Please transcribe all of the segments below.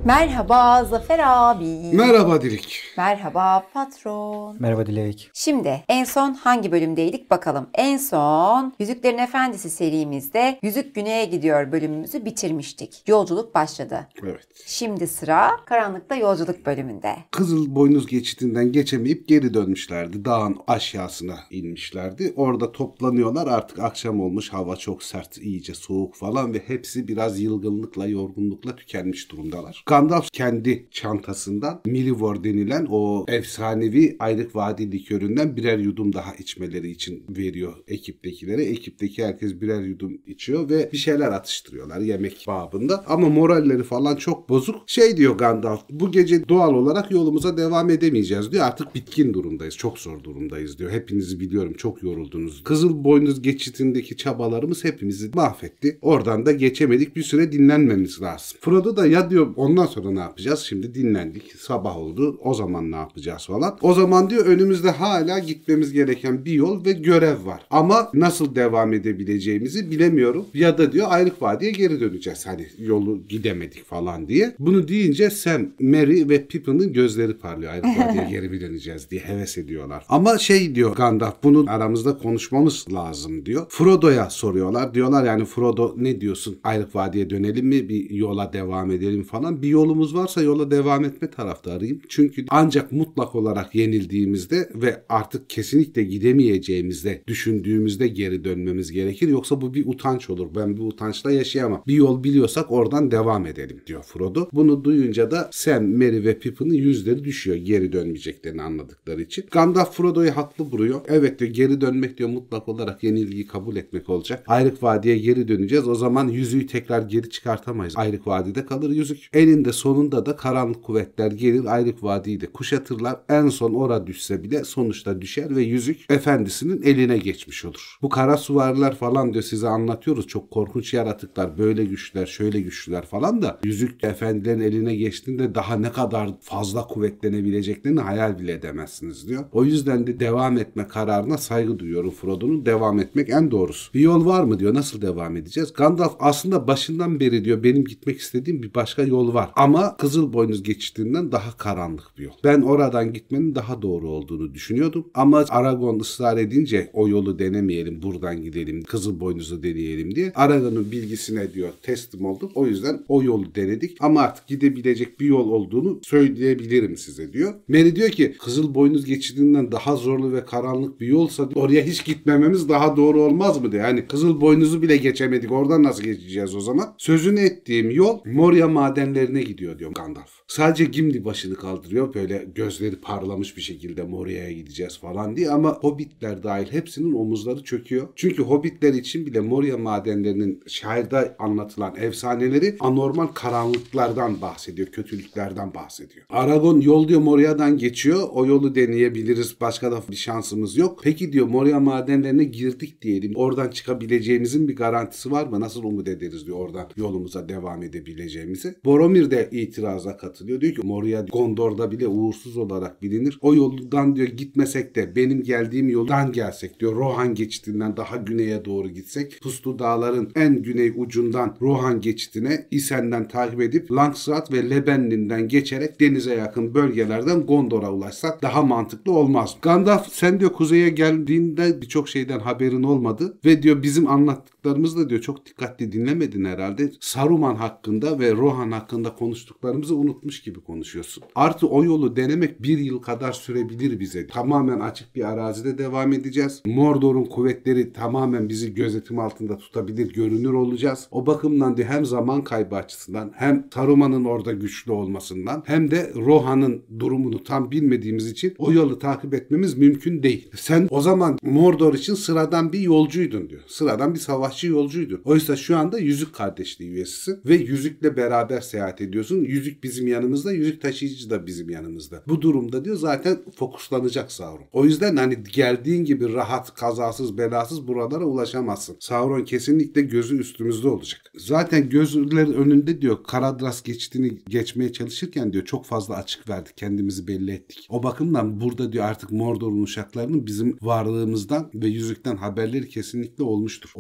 Merhaba Zafer abi. Merhaba Dilik. Merhaba patron. Merhaba Dilek. Şimdi en son hangi bölümdeydik bakalım. En son Yüzüklerin Efendisi serimizde Yüzük Güney'e gidiyor bölümümüzü bitirmiştik. Yolculuk başladı. Evet. Şimdi sıra Karanlıkta Yolculuk bölümünde. Kızılboynuz geçitinden geçemeyip geri dönmüşlerdi. Dağın aşağısına inmişlerdi. Orada toplanıyorlar. Artık akşam olmuş. Hava çok sert, iyice soğuk falan ve hepsi biraz yılgınlıkla, yorgunlukla tükenmiş durumdalar. Gandalf kendi çantasından Milivor denilen o efsanevi Ayrık Vadi liköründen birer yudum daha içmeleri için veriyor ekiptekilere. Ekipteki herkes birer yudum içiyor ve bir şeyler atıştırıyorlar yemek babında. Ama moralleri falan çok bozuk. Şey diyor Gandalf, bu gece doğal olarak yolumuza devam edemeyeceğiz diyor. Artık bitkin durumdayız. Çok zor durumdayız diyor. Hepinizi biliyorum, çok yoruldunuz. Kızılboynuz geçitindeki çabalarımız hepimizi mahvetti. Oradan da geçemedik. Bir süre dinlenmemiz lazım. Frodo da ya diyor ondan sonra ne yapacağız? Şimdi dinlendik. Sabah oldu. O zaman ne yapacağız falan. O zaman diyor önümüzde hala gitmemiz gereken bir yol ve görev var. Ama nasıl devam edebileceğimizi bilemiyorum. Ya da diyor Ayrık Vadi'ye geri döneceğiz. Hani yolu gidemedik falan diye. Bunu deyince Sam, Merry ve Pippin'in gözleri parlıyor. Ayrık Vadi'ye geri mi döneceğiz diye heves ediyorlar. Ama şey diyor Gandalf, bunu aramızda konuşmamız lazım diyor. Frodo'ya soruyorlar. Diyorlar yani Frodo ne diyorsun? Ayrık Vadi'ye dönelim mi? Bir yola devam edelim falan. Bir yolumuz varsa yola devam etme taraftarıyım. Çünkü ancak mutlak olarak yenildiğimizde ve artık kesinlikle gidemeyeceğimizde düşündüğümüzde geri dönmemiz gerekir. Yoksa bu bir utanç olur. Ben bu utançla yaşayamam. Bir yol biliyorsak oradan devam edelim diyor Frodo. Bunu duyunca da Sam, Merry ve Pippin'in yüzleri düşüyor geri dönmeyeceklerini anladıkları için. Gandalf Frodo'yu haklı buluyor. Evet diyor, geri dönmek diyor mutlak olarak yenilgiyi kabul etmek olacak. Ayrık Vadi'ye geri döneceğiz. O zaman yüzüğü tekrar geri çıkartamayız. Ayrık Vadi'de kalır yüzük. Eninde sonunda da karanlık kuvvetler gelir, Ayrık Vadi'yi de kuşatırlar. En son orada düşse bile sonuçta düşer ve yüzük efendisinin eline geçmiş olur. Bu kara süvariler falan diyor, size anlatıyoruz. Çok korkunç yaratıklar, böyle güçlüler, şöyle güçlüler falan da yüzük efendilerin eline geçtiğinde daha ne kadar fazla kuvvetlenebileceklerini hayal bile edemezsiniz diyor. O yüzden de devam etme kararına saygı duyuyorum Frodo'nun. Devam etmek en doğrusu. Bir yol var mı diyor. Nasıl devam edeceğiz? Gandalf aslında başından beri diyor benim gitmek istediğim bir başka yol var. Ama Kızılboynuz geçtiğinden daha karanlık bir yol. Ben oradan gitmenin daha doğru olduğunu düşünüyordum. Ama Aragorn ısrar edince o yolu denemeyelim, buradan gidelim, Kızılboynuz'u deneyelim diye Aragorn'un bilgisine diyor teslim oldum. O yüzden o yolu denedik. Ama artık gidebilecek bir yol olduğunu söyleyebilirim size diyor. Merry diyor ki Kızılboynuz geçidinden daha zorlu ve karanlık bir yolsa oraya hiç gitmememiz daha doğru olmaz mı diyor. Yani Kızılboynuz'u bile geçemedik. Oradan nasıl geçeceğiz o zaman? Sözünü ettiğim yol Moria madenlerine gidiyor diyor Gandalf. Sadece Gimli başını kaldırıyor. Böyle gözleri parlamış bir şekilde Moria'ya gideceğiz falan diye ama hobbitler dahil hepsinin omuzları çöküyor. Çünkü hobbitler için bile Moria madenlerinin şairde anlatılan efsaneleri anormal karanlıklardan bahsediyor. Kötülüklerden bahsediyor. Aragorn yol diyor Moria'dan geçiyor. O yolu deneyebiliriz. Başka da bir şansımız yok. Peki diyor Moria madenlerine girdik diyelim. Oradan çıkabileceğimizin bir garantisi var mı? Nasıl umut ederiz diyor oradan yolumuza devam edebileceğimizi. Boromir de itiraza katılıyor. Diyor ki Moria Gondor'da bile uğursuz olarak bilinir. O yoldan diyor gitmesek de benim geldiğim yoldan gelsek diyor Rohan geçitinden daha güneye doğru gitsek Puslu Dağların en güney ucundan Rohan geçitine Isen'den takip edip Langsrath ve Lebennin'den geçerek denize yakın bölgelerden Gondor'a ulaşsak daha mantıklı olmaz. Gandalf sen diyor kuzeye geldiğinde birçok şeyden haberin olmadı ve diyor bizim anlattıklarımızı da diyor çok dikkatli dinlemedin herhalde. Saruman hakkında ve Rohan hakkında konuştuklarımızı unutmuş gibi konuşuyorsun. Artı o yolu denemek 1 yıl kadar sürebilir bize. Tamamen açık bir arazide devam edeceğiz. Mordor'un kuvvetleri tamamen bizi gözetim altında tutabilir, görünür olacağız. O bakımdan diyor hem zaman kaybı açısından hem Saruman'ın orada güçlü olmasından hem de Rohan'ın durumunu tam bilmediğimiz için o yolu takip etmemiz mümkün değil. Sen o zaman Mordor için sıradan bir yolcuydun diyor. Sıradan bir savaşçı yolcuydun. Oysa şu anda Yüzük Kardeşliği üyesisin ve Yüzük'le beraber seyahat ediyorsun. Yüzük bizim yanımızda, Yüzük Taşıyıcı da bizim yanımızda. Bu durumda diyor zaten fokuslanacak Sauron. O yüzden hani geldiğin gibi rahat, kazasız, belasız buralara ulaşamazsın. Sauron kesinlikle gözü üstümüzde olacak. Zaten gözlerin önünde diyor Karadras geçtiğini geçmeye çalışırken diyor çok fazla açık verdik. Kendimizi belli ettik. O bakımdan burada diyor artık Mordor'un uşaklarının bizim varlığımızdan ve yüzükten haberleri kesinlikle olmuştur. Orada bir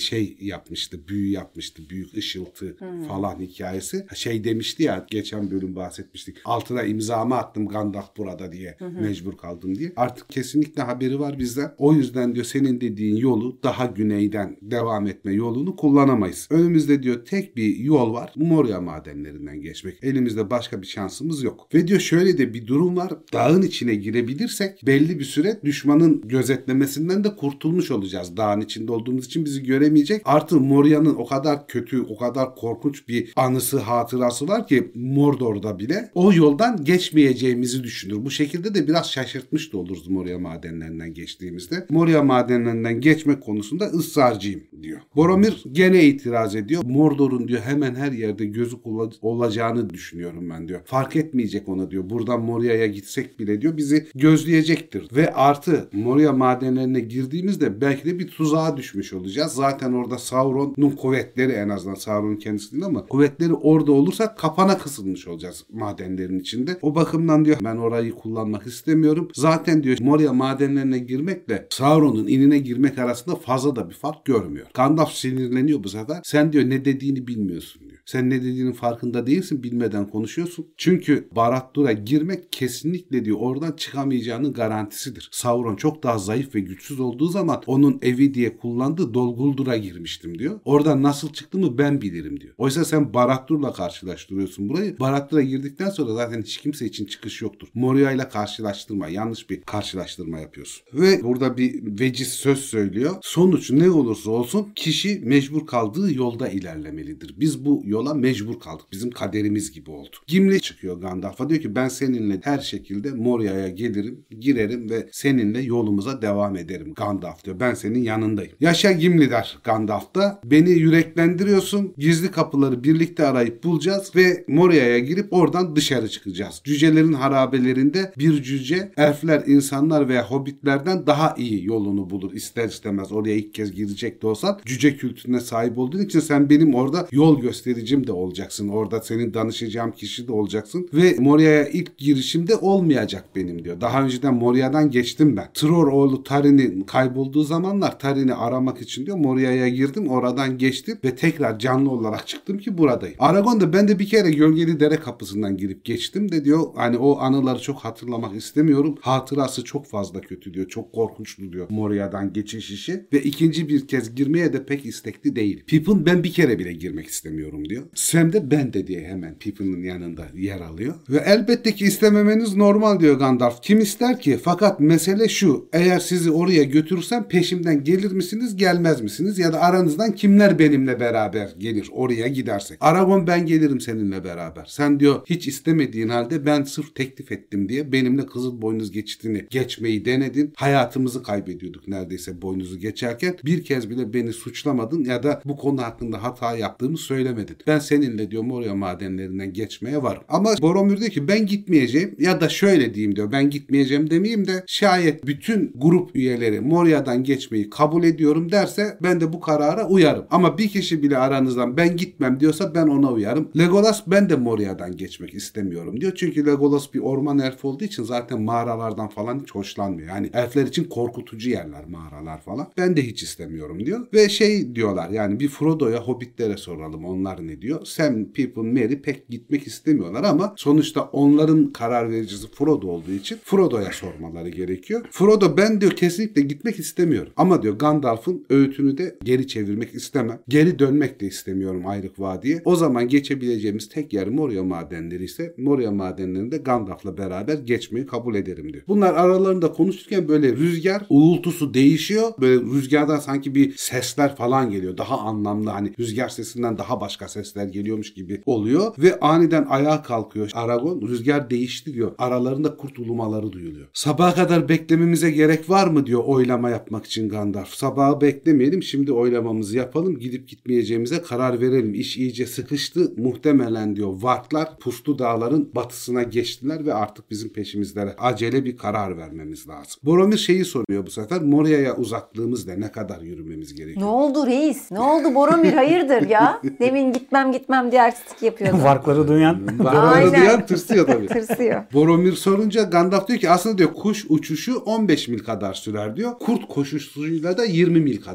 şey yapmıştı, büyü yapmıştı, büyük ışıltı falan hikayesi. Şey demişti ya, geçen bölüm bahsetmiştik. Altına imzamı attım Gandalf burada diye, mecbur kaldım diye. Artık kesinlikle haberi var bizden. O yüzden diyor senin dediğin yolu, daha güneyden devam etme yolunu kullanamayız. Önümüzde diyor tek bir yol var. Moria madenlerinden geçmek. Elimizde başka bir şansımız yok. Ve diyor şöyle de bir durum var. Dağın içine girebilirsek belli bir süre düşmanın gözetlemesinden de kurtulmuş olacağız. Dağın içinde olduğumuz için bizi göremeyecek. Artı Moria'nın o kadar kötü, o kadar korkunç bir anısı, hatırası var ki Mordor'da bile o yoldan geçmeyeceğimizi düşünür. Bu şekilde de biraz şaşırtmış da oluruz Moria madenlerinden geçtiğimizde. Moria madenlerinden geçmek konusunda ısrarcıyım diyor. Boromir gene itiraz ediyor. Mordor'un diyor hemen her yerde gözü olacağını düşünüyorum ben diyor. Fark etmeyecek ona diyor. Buradan Moria'ya gitsek bile diyor bizi gözleyecektir. Ve artı Moria madenlerine girdiğimizde belki de bir tuzağa düşmüş olacağız. Zaten orada Sauron'un kuvvetleri, en azından Sauron'un kendisi değil ama kuvvetleri orada olursa kapana kısılmış olacağız madenlerin içinde. O bakımdan diyor ben orayı kullanmak istemiyorum. Zaten diyor Moria madenlerine girmekle Sauron'un inine girmek arasında fazla da bir fark görmüyor. Gandalf sinirleniyor bu sefer. Sen diyor ne dediğini bilmiyorsun diyor. Sen ne dediğinin farkında değilsin, bilmeden konuşuyorsun. Çünkü Barad-dûr'a girmek kesinlikle diyor oradan çıkamayacağının garantisidir. Sauron çok daha zayıf ve güçsüz olduğu zaman onun evi diye kullandığı Dol Guldur girmiştim diyor. Oradan nasıl çıktığımı ben bilirim diyor. Oysa sen Barad-dûr'la karşılaştırıyorsun burayı. Barad-dûr'a girdikten sonra zaten hiç kimse için çıkış yoktur. Moria ile karşılaştırma, yanlış bir karşılaştırma yapıyorsun. Ve burada bir veciz söz söylüyor. Sonuç ne olursa olsun kişi mecbur kaldığı yolda ilerlemelidir. Biz bu yola mecbur kaldık. Bizim kaderimiz gibi oldu. Gimli çıkıyor Gandalf'a, diyor ki ben seninle her şekilde Moria'ya gelirim, girerim ve seninle yolumuza devam ederim Gandalf diyor. Ben senin yanındayım. Yaşa Gimli der Gandalf da. Beni yüreklendiriyorsun. Gizli kapıları birlikte arayıp bulacağız ve Moria'ya girip oradan dışarı çıkacağız. Cücelerin harabelerinde bir cüce elfler, insanlar veya hobbitlerden daha iyi yolunu bulur. İster istemez oraya ilk kez girecek de olsan cüce kültürüne sahip olduğun için sen benim orada yol göstericim de olacaksın. Orada senin danışacağım kişi de olacaksın ve Moria'ya ilk girişimde olmayacak benim diyor. Daha önceden Moria'dan geçtim ben. Tror oğlu Tarin'in kaybolduğu zamanlar Tarin'i aramak için diyor Moria'ya girdim, oradan geçtim ve tekrar canlı olarak çıktım ki buradayım. Aragorn da ben de bir kere Gölgeli Dere kapısından girip geçtim de diyor hani o anıları çok hatırlamak istemiyorum. Hatırası çok fazla kötü diyor. Çok korkunçlu diyor Moria'dan geçiş işi ve ikinci bir kez girmeye de pek istekli değil. Pippin ben bir kere bile girmek istemiyorum diyor. Sam de ben de diye hemen Pippin'in yanında yer alıyor. Ve elbette ki istememeniz normal diyor Gandalf. Kim ister ki? Fakat mesele şu. Eğer sizi oraya götürürsem peşimden gelir misiniz, gelmez misiniz? Ya da aranızdan kimler benimle beraber gelir oraya gidersek? Aragorn ben gelirim seninle beraber. Sen diyor hiç istemediğin halde ben sırf teklif ettim diye benimle Kızılboynuz geçitini geçmeyi denedin. Hayatımızı kaybediyorduk neredeyse boynuzu geçerken. Bir kez bile beni suçlamadın ya da bu konu hakkında hata yaptığımı söylemedin. Ben seninle diyor Moria madenlerinden geçmeye varım. Ama Boromir diyor ki ben gitmeyeceğim ya da şöyle diyeyim diyor. Ben gitmeyeceğim demeyeyim de şayet bütün grup üyeleri Moria'dan geçmeyi kabul ediyorum derse ben de bu karara uyarım. Ama bir kişi bile aranızdan ben gitmem diyorsa ben ona uyarım. Legolas ben de Moria'dan geçmek istemiyorum diyor. Çünkü Legolas bir orman elfi olduğu için zaten mağaralardan falan hiç hoşlanmıyor. Yani elfler için korkutucu yerler mağaralar falan. Ben de hiç istemiyorum diyor. Ve şey diyorlar yani bir Frodo'ya, Hobbitlere soralım onlar ne diyor. Sam, Pippin, Merry pek gitmek istemiyorlar ama sonuçta onların karar vericisi Frodo olduğu için Frodo'ya sormaları gerekiyor. Frodo ben diyor kesinlikle gitmek istemiyorum. Ama diyor Gandalf'ın öğütünü de geri çevirmek istemem. Geri dönmek de istemiyorum Ayrık Vadi'ye. O zaman geçebileceğimiz tek yer Moria madenleri ise Moria madenlerinde Gandalf'la beraber geçmeyi kabul ederim diyor. Bunlar aralarında konuşurken böyle rüzgar uğultusu değişiyor. Böyle rüzgardan sanki bir sesler falan geliyor. Daha anlamlı hani rüzgar sesinden daha başka sesler geliyormuş gibi oluyor ve aniden ayağa kalkıyor Aragorn. Rüzgar değişti diyor. Aralarında kurt ulumaları duyuluyor. Sabaha kadar beklememize gerek var mı diyor oylama yapmak için Gandalf. Sabahı beklemeyelim, şimdi oylamamızı yapalım. Gidip gitmeyeceğimize karar verelim. İş iyice sıkıştı. Muhtemelen diyor Varklar Puslu Dağların batısına geçtiler ve artık bizim peşimizde acele bir karar vermemiz lazım. Boromir şeyi soruyor bu sefer. Moria'ya uzaklığımız ne kadar yürümemiz gerekiyor? Ne oldu reis? Ne oldu Boromir? Hayırdır ya? Demin gitmem diye artistik yapıyordu. Varkları duyan. Varkları duyan tırsıyor tabii. Tırsıyor. Boromir sorunca Gandalf diyor ki aslında diyor kuş uçuşu 15 mil kadar sürer diyor. Kurt koşusuyla da 20 mil kadar sürer.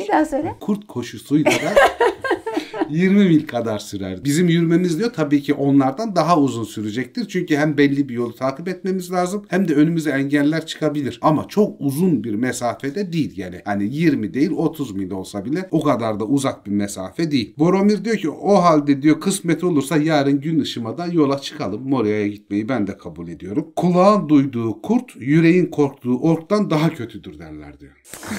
Bir daha söyle. Kurt koşusuyla da 20 mil kadar sürer. Bizim yürümemiz diyor tabii ki onlardan daha uzun sürecektir. Çünkü hem belli bir yolu takip etmemiz lazım hem de önümüze engeller çıkabilir. Ama çok uzun bir mesafede değil yani. Hani 20 değil 30 mil olsa bile o kadar da uzak bir mesafe değil. Boromir diyor ki o halde diyor kısmet olursa yarın gün ışımadan yola çıkalım. Moria'ya gitmeyi ben de kabul ediyorum. Kulağın duyduğu kurt yüreğin korktuğu orktan daha kötüdür derler diyor.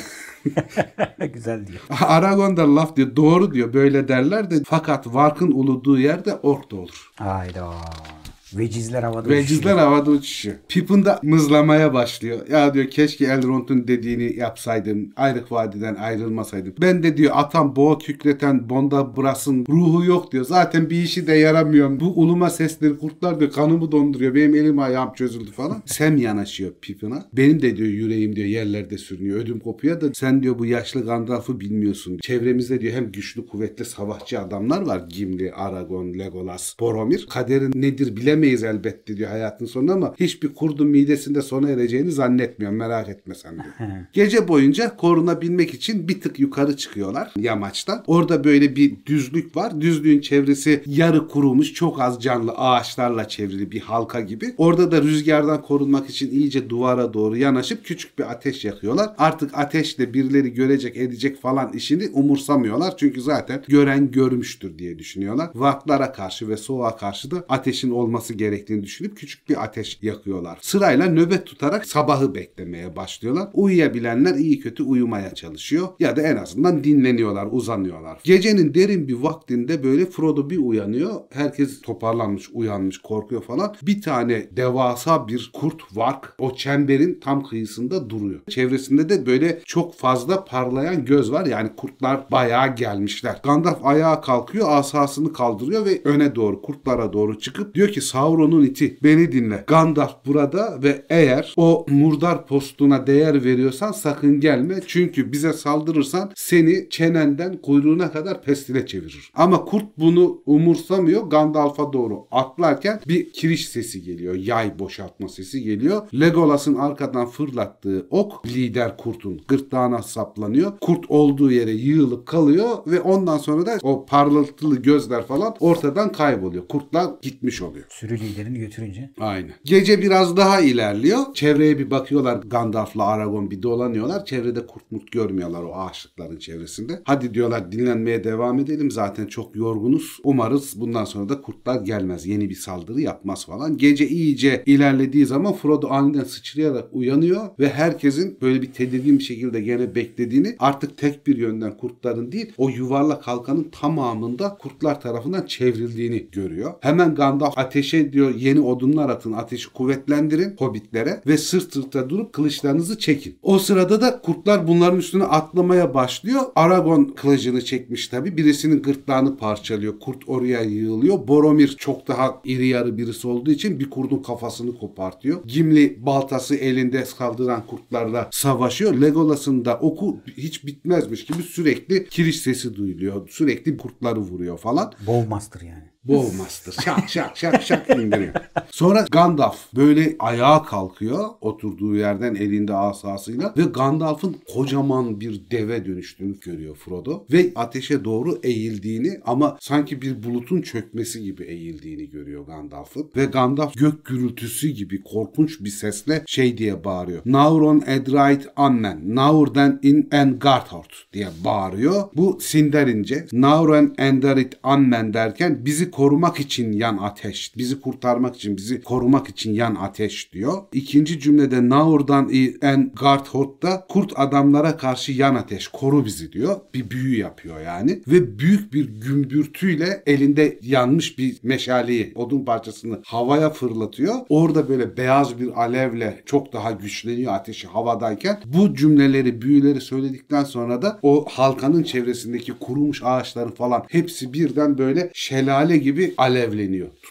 Güzel diyor. Aragorn da laf diyor. Doğru diyor. Böyle derler de fakat Vark'ın uluduğu yerde ork da olur. Hayda. Vecizler havada Vecizler havada uçuşuyor. Pippin de mızlamaya başlıyor. Ya diyor keşke Elrond'un dediğini yapsaydım. Ayrık Vadi'den ayrılmasaydım. Ben de diyor atam boğa kükreten Bonda Bras'ın ruhu yok diyor. Zaten bir işi de yaramıyorum. Bu uluma sesleri kurtlar diyor kanımı donduruyor. Benim elim ayağım çözüldü falan. Sam yanaşıyor Pippin'a. Benim de diyor yüreğim diyor yerlerde sürünüyor. Ödüm kopuyor da sen diyor bu yaşlı Gandalf'ı bilmiyorsun. Çevremizde diyor hem güçlü kuvvetli savaşçı adamlar var. Gimli, Aragorn, Legolas, Boromir. Kaderin nedir bilemeyiz elbette diyor hayatın sonunda ama hiçbir kurdun midesinde sona ereceğini zannetmiyorum. Merak etme sen diyor. Gece boyunca korunabilmek için bir tık yukarı çıkıyorlar yamaçtan. Orada böyle bir düzlük var. Düzlüğün çevresi yarı kurumuş çok az canlı ağaçlarla çevrili bir halka gibi. Orada da rüzgardan korunmak için iyice duvara doğru yanaşıp küçük bir ateş yakıyorlar. Artık ateşle birileri görecek edecek falan işini umursamıyorlar. Çünkü zaten gören görmüştür diye düşünüyorlar. Vaklara karşı ve soğuğa karşı da ateşin olması gerektiğini düşünüp küçük bir ateş yakıyorlar. Sırayla nöbet tutarak sabahı beklemeye başlıyorlar. Uyuyabilenler iyi kötü uyumaya çalışıyor ya da en azından dinleniyorlar, uzanıyorlar. Gecenin derin bir vaktinde böyle Frodo bir uyanıyor. Herkes toparlanmış, uyanmış, korkuyor falan. Bir tane devasa bir kurt vark o çemberin tam kıyısında duruyor. Çevresinde de böyle çok fazla parlayan göz var. Yani kurtlar bayağı gelmişler. Gandalf ayağa kalkıyor, asasını kaldırıyor ve öne doğru kurtlara doğru çıkıp diyor ki Sauron'un iti beni dinle. Gandalf burada ve eğer o murdar postuna değer veriyorsan sakın gelme. Çünkü bize saldırırsan seni çenenden kuyruğuna kadar pestile çevirir. Ama kurt bunu umursamıyor. Gandalf'a doğru atlarken bir kiriş sesi geliyor. Yay boşaltma sesi geliyor. Legolas'ın arkadan fırlattığı ok lider kurtun gırtlağına saplanıyor. Kurt olduğu yere yığılıp kalıyor ve ondan sonra da o parıltılı gözler falan ortadan kayboluyor. Kurtlar gitmiş oluyor. Sürü liderini götürünce. Aynen. Gece biraz daha ilerliyor. Çevreye bir bakıyorlar. Gandalf'la Aragorn bir dolanıyorlar. Çevrede kurt murt görmüyorlar o ağaçlıkların çevresinde. Hadi diyorlar dinlenmeye devam edelim. Zaten çok yorgunuz. Umarız bundan sonra da kurtlar gelmez. Yeni bir saldırı yapmaz falan. Gece iyice ilerlediği zaman Frodo aniden sıçrayarak uyanıyor ve herkesin böyle bir tedirgin bir şekilde gene beklediğini artık tek bir yönden kurtların değil o yuvarlak halkanın tamamında kurtlar tarafından çevrildiğini görüyor. Hemen Gandalf ateşe diyor yeni odunlar atın ateşi kuvvetlendirin hobbitlere ve sırt sırta durup kılıçlarınızı çekin. O sırada da kurtlar bunların üstüne atlamaya başlıyor. Aragorn kılıcını çekmiş tabi. Birisinin gırtlağını parçalıyor. Kurt oraya yığılıyor. Boromir çok daha iri yarı birisi olduğu için bir kurdun kafasını kopartıyor. Gimli baltası elinde saldıran kurtlarla savaşıyor. Legolas'ın da oku hiç bitmezmiş gibi sürekli kiriş sesi duyuluyor. Sürekli kurtları vuruyor falan. Bowmaster yani. Bowmaster. Şak şak şak şak indiriyor. Sonra Gandalf böyle ayağa kalkıyor. Oturduğu yerden elinde asasıyla ve Gandalf'ın kocaman bir deve dönüştüğünü görüyor Frodo. Ve ateşe doğru eğildiğini ama sanki bir bulutun çökmesi gibi eğildiğini görüyor Gandalf'ın. Ve Gandalf gök gürültüsü gibi korkunç bir sesle şey diye bağırıyor. Nauron Edrait Annen. Naurden in en Garthort diye bağırıyor. Bu Sinderince. Nauron Endarit Annen derken bizi korumak için yan ateş. Bizi kurtarmak için, bizi korumak için yan ateş diyor. İkinci cümlede Naur'dan en Garthort'ta kurt adamlara karşı yan ateş. Koru bizi diyor. Bir büyü yapıyor yani. Ve büyük bir gümbürtüyle elinde yanmış bir meşaleyi, odun parçasını havaya fırlatıyor. Orada böyle beyaz bir alevle çok daha güçleniyor ateşi havadayken. Bu cümleleri, büyüleri söyledikten sonra da o halkanın çevresindeki kurumuş ağaçların falan hepsi birden böyle şelale gibi alevleniyor, tutuşuyor.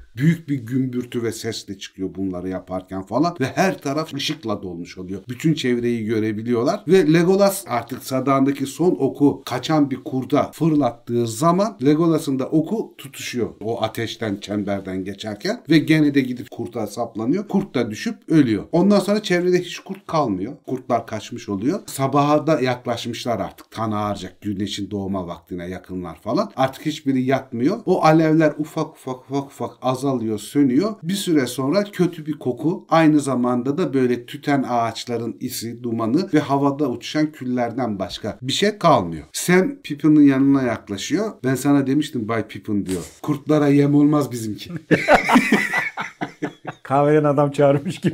Büyük bir gümbürtü ve sesle çıkıyor bunları yaparken falan ve her taraf ışıkla dolmuş oluyor. Bütün çevreyi görebiliyorlar ve Legolas artık sadağındaki son oku kaçan bir kurda fırlattığı zaman Legolas'ın da oku tutuşuyor o ateşten, çemberden geçerken ve gene de gidip kurta saplanıyor. Kurt da düşüp ölüyor. Ondan sonra çevrede hiç kurt kalmıyor. Kurtlar kaçmış oluyor. Sabaha da yaklaşmışlar artık. Tan ağaracak. Güneşin doğma vaktine yakınlar falan. Artık hiçbiri yatmıyor. O alevler ufak ufak azalıyor, sönüyor. Bir süre sonra kötü bir koku, aynı zamanda da böyle tüten ağaçların isi, dumanı ve havada uçuşan küllerden başka bir şey kalmıyor. Sam Pippin'in yanına yaklaşıyor. Ben sana demiştim Bay Pippin diyor. Kurtlara yem olmaz bizimki. Kahveden adam çağırmış gibi.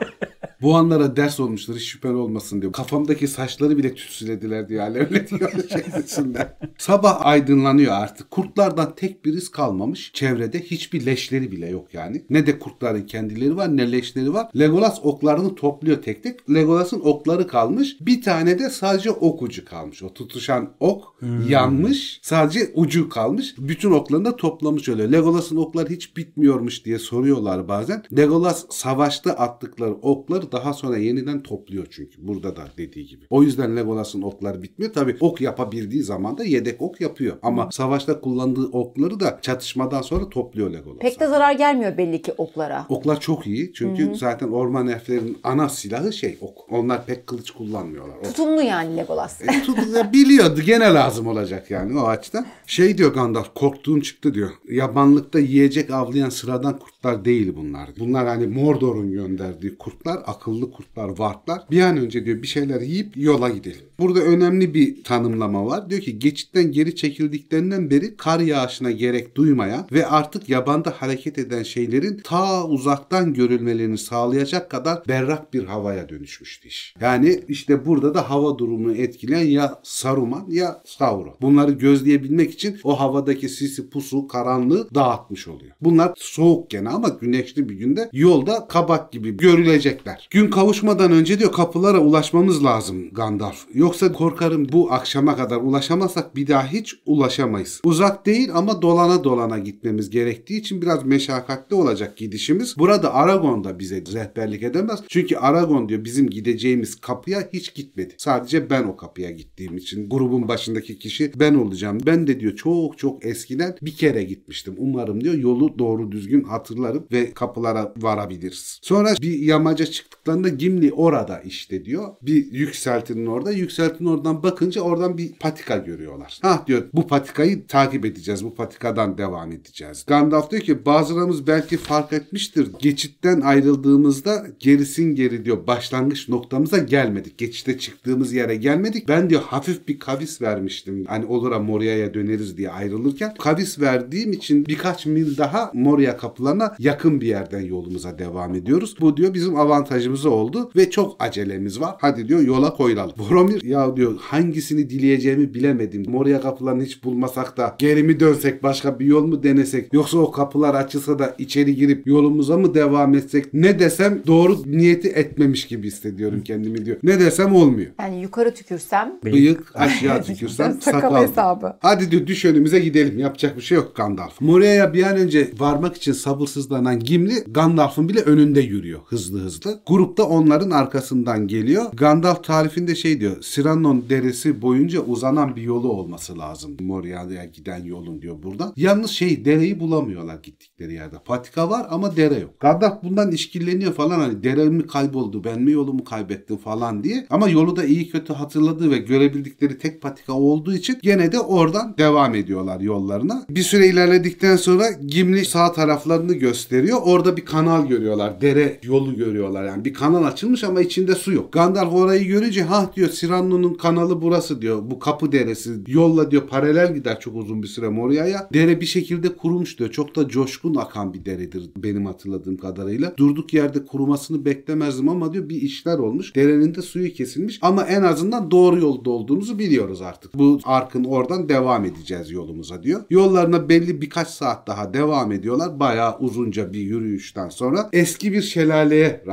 Bu anlara ders olmuştur, hiç şüphen olmasın diyor. Kafamdaki saçları bile tütsülediler diyor. Alevle diyor şeysinden. Sabah aydınlanıyor artık. Kurtlardan tek bir iz kalmamış. Çevrede hiçbir leşleri bile yok yani. Ne de kurtların kendileri var ne leşleri var. Legolas oklarını topluyor tek tek. Legolas'ın okları kalmış. Bir tane de sadece ok ucu kalmış. O tutuşan ok yanmış. Sadece ucu kalmış. Bütün oklarını da toplamış öyle. Legolas'ın okları hiç bitmiyormuş diye soruyorlar bazen. Legolas savaşta attıkları okları daha sonra yeniden topluyor çünkü. Burada da dediği gibi. O yüzden Legolas'ın okları bitmiyor. Tabii ok yapabildiği zaman da yedek ok yapıyor. Ama savaşta kullandığı okları da çatışmadan sonra topluyor Legolas. Pek de zarar gelmiyor belli ki oklara. Oklar çok iyi. Çünkü zaten orman elflerinin ana silahı ok. Onlar pek kılıç kullanmıyorlar. Tutumlu yani Legolas. Biliyordu. Gene lazım olacak yani o açıdan. Diyor Gandalf, korktuğum çıktı diyor. Yabanlıkta yiyecek avlayan sıradan kurtlar değil bunlar. Bunlar hani Mordor'un gönderdiği kurtlar, akıllı kurtlar, warglar. Bir an önce diyor bir şeyler yiyip yola gidelim. Burada önemli bir tanımlama var. Diyor ki geçitten geri çekildiklerinden beri kar yağışına gerek duymayan ve artık yabanda hareket eden şeylerin ta uzaktan görülmelerini sağlayacak kadar berrak bir havaya dönüşmüştü iş. Yani işte burada da hava durumunu etkileyen ya Saruman ya Sauron. Bunları gözleyebilmek için o havadaki sisi, pusu, karanlığı dağıtmış oluyor. Bunlar soğuk gene ama güneşli bir günde yolda kabak gibi görülecekler. Gün kavuşmadan önce diyor kapılara ulaşmamız lazım Gandalf. Yoksa korkarım bu akşama kadar ulaşamazsak bir daha hiç ulaşamayız. Uzak değil ama dolana dolana gitmemiz gerektiği için biraz meşakkatli olacak gidişimiz. Burada Aragorn da bize rehberlik edemez. Çünkü Aragorn diyor bizim gideceğimiz kapıya hiç gitmedi. Sadece ben o kapıya gittiğim için. Grubun başındaki kişi ben olacağım. Ben de diyor çok eskiden bir kere gitmiştim. Umarım diyor yolu doğru düzgün hatırlarım ve kapılara varabiliriz. Sonra bir yamaca çıktıklarında Gimli orada işte diyor. Bir yükseltinin orada. Yükseltinin oradan bakınca oradan bir patika görüyorlar. Diyor bu patikayı takip edeceğiz. Bu patikadan devam edeceğiz. Gandalf diyor ki bazılarımız belki fark etmiştir. Geçitten ayrıldığımızda gerisin geri diyor başlangıç noktamıza gelmedik. Geçite çıktığımız yere gelmedik. Ben diyor hafif bir kavis vermiştim. Hani olur Moria'ya döneriz diye ayrılırken. Kavis verdiğim için birkaç mil daha Moria kapılarına yakın bir yerden yolumuza devam ediyoruz. Bu diyor bizim avantajımız oldu ve çok acelemiz var. Hadi diyor yola koyulalım. Boromir ya diyor hangisini dileyeceğimi bilemedim. Moria kapılarını hiç bulmasak da geri mi dönsek başka bir yol mu denesek yoksa o kapılar açılsa da içeri girip yolumuza mı devam etsek ne desem doğru niyeti etmemiş gibi hissediyorum kendimi diyor. Ne desem olmuyor. Yani yukarı tükürsem Bıyık aşağı tükürsem sakal hesabı. Hadi diyor düş önümüze gidelim. Yapacak bir şey yok Gandalf. Moria'ya bir an önce varmak için sabırsızlanan Gimli Gandalf'ın bile önünde yürüyor hızlı. Grup da onların arkasından geliyor. Gandalf tarifinde diyor. Sirannon deresi boyunca uzanan bir yolu olması lazım. Moria'ya giden yolun diyor buradan. Yalnız dereyi bulamıyorlar gittikleri yerde. Patika var ama dere yok. Gandalf bundan işkilleniyor falan hani dere mi kayboldu ben mi yolumu kaybettim falan diye. Ama yolu da iyi kötü hatırladığı ve görebildikleri tek patika olduğu için gene de oradan devam ediyorlar yollarına. Bir süre ilerledikten sonra Gimli sağ taraflarını gösteriyor. Orada bir kanal görüyorlar. Dere yolu görüyorlar. Yani bir kanal açılmış ama içinde su yok. Gandalf orayı görünce diyor Siranno'nun kanalı burası diyor. Bu kapı deresi. Yolla diyor paralel gider çok uzun bir süre Moria'ya. Dere bir şekilde kurumuş diyor. Çok da coşkun akan bir deredir benim hatırladığım kadarıyla. Durduk yerde kurumasını beklemezdim ama diyor bir işler olmuş. Derenin de suyu kesilmiş ama en azından doğru yolda olduğumuzu biliyoruz artık. Bu arkın oradan devam edeceğiz yolumuza diyor. Yollarına belli birkaç saat daha devam ediyorlar. Bayağı uzunca bir yürüyüşten sonra eski bir şelaleye rastlıyorlar.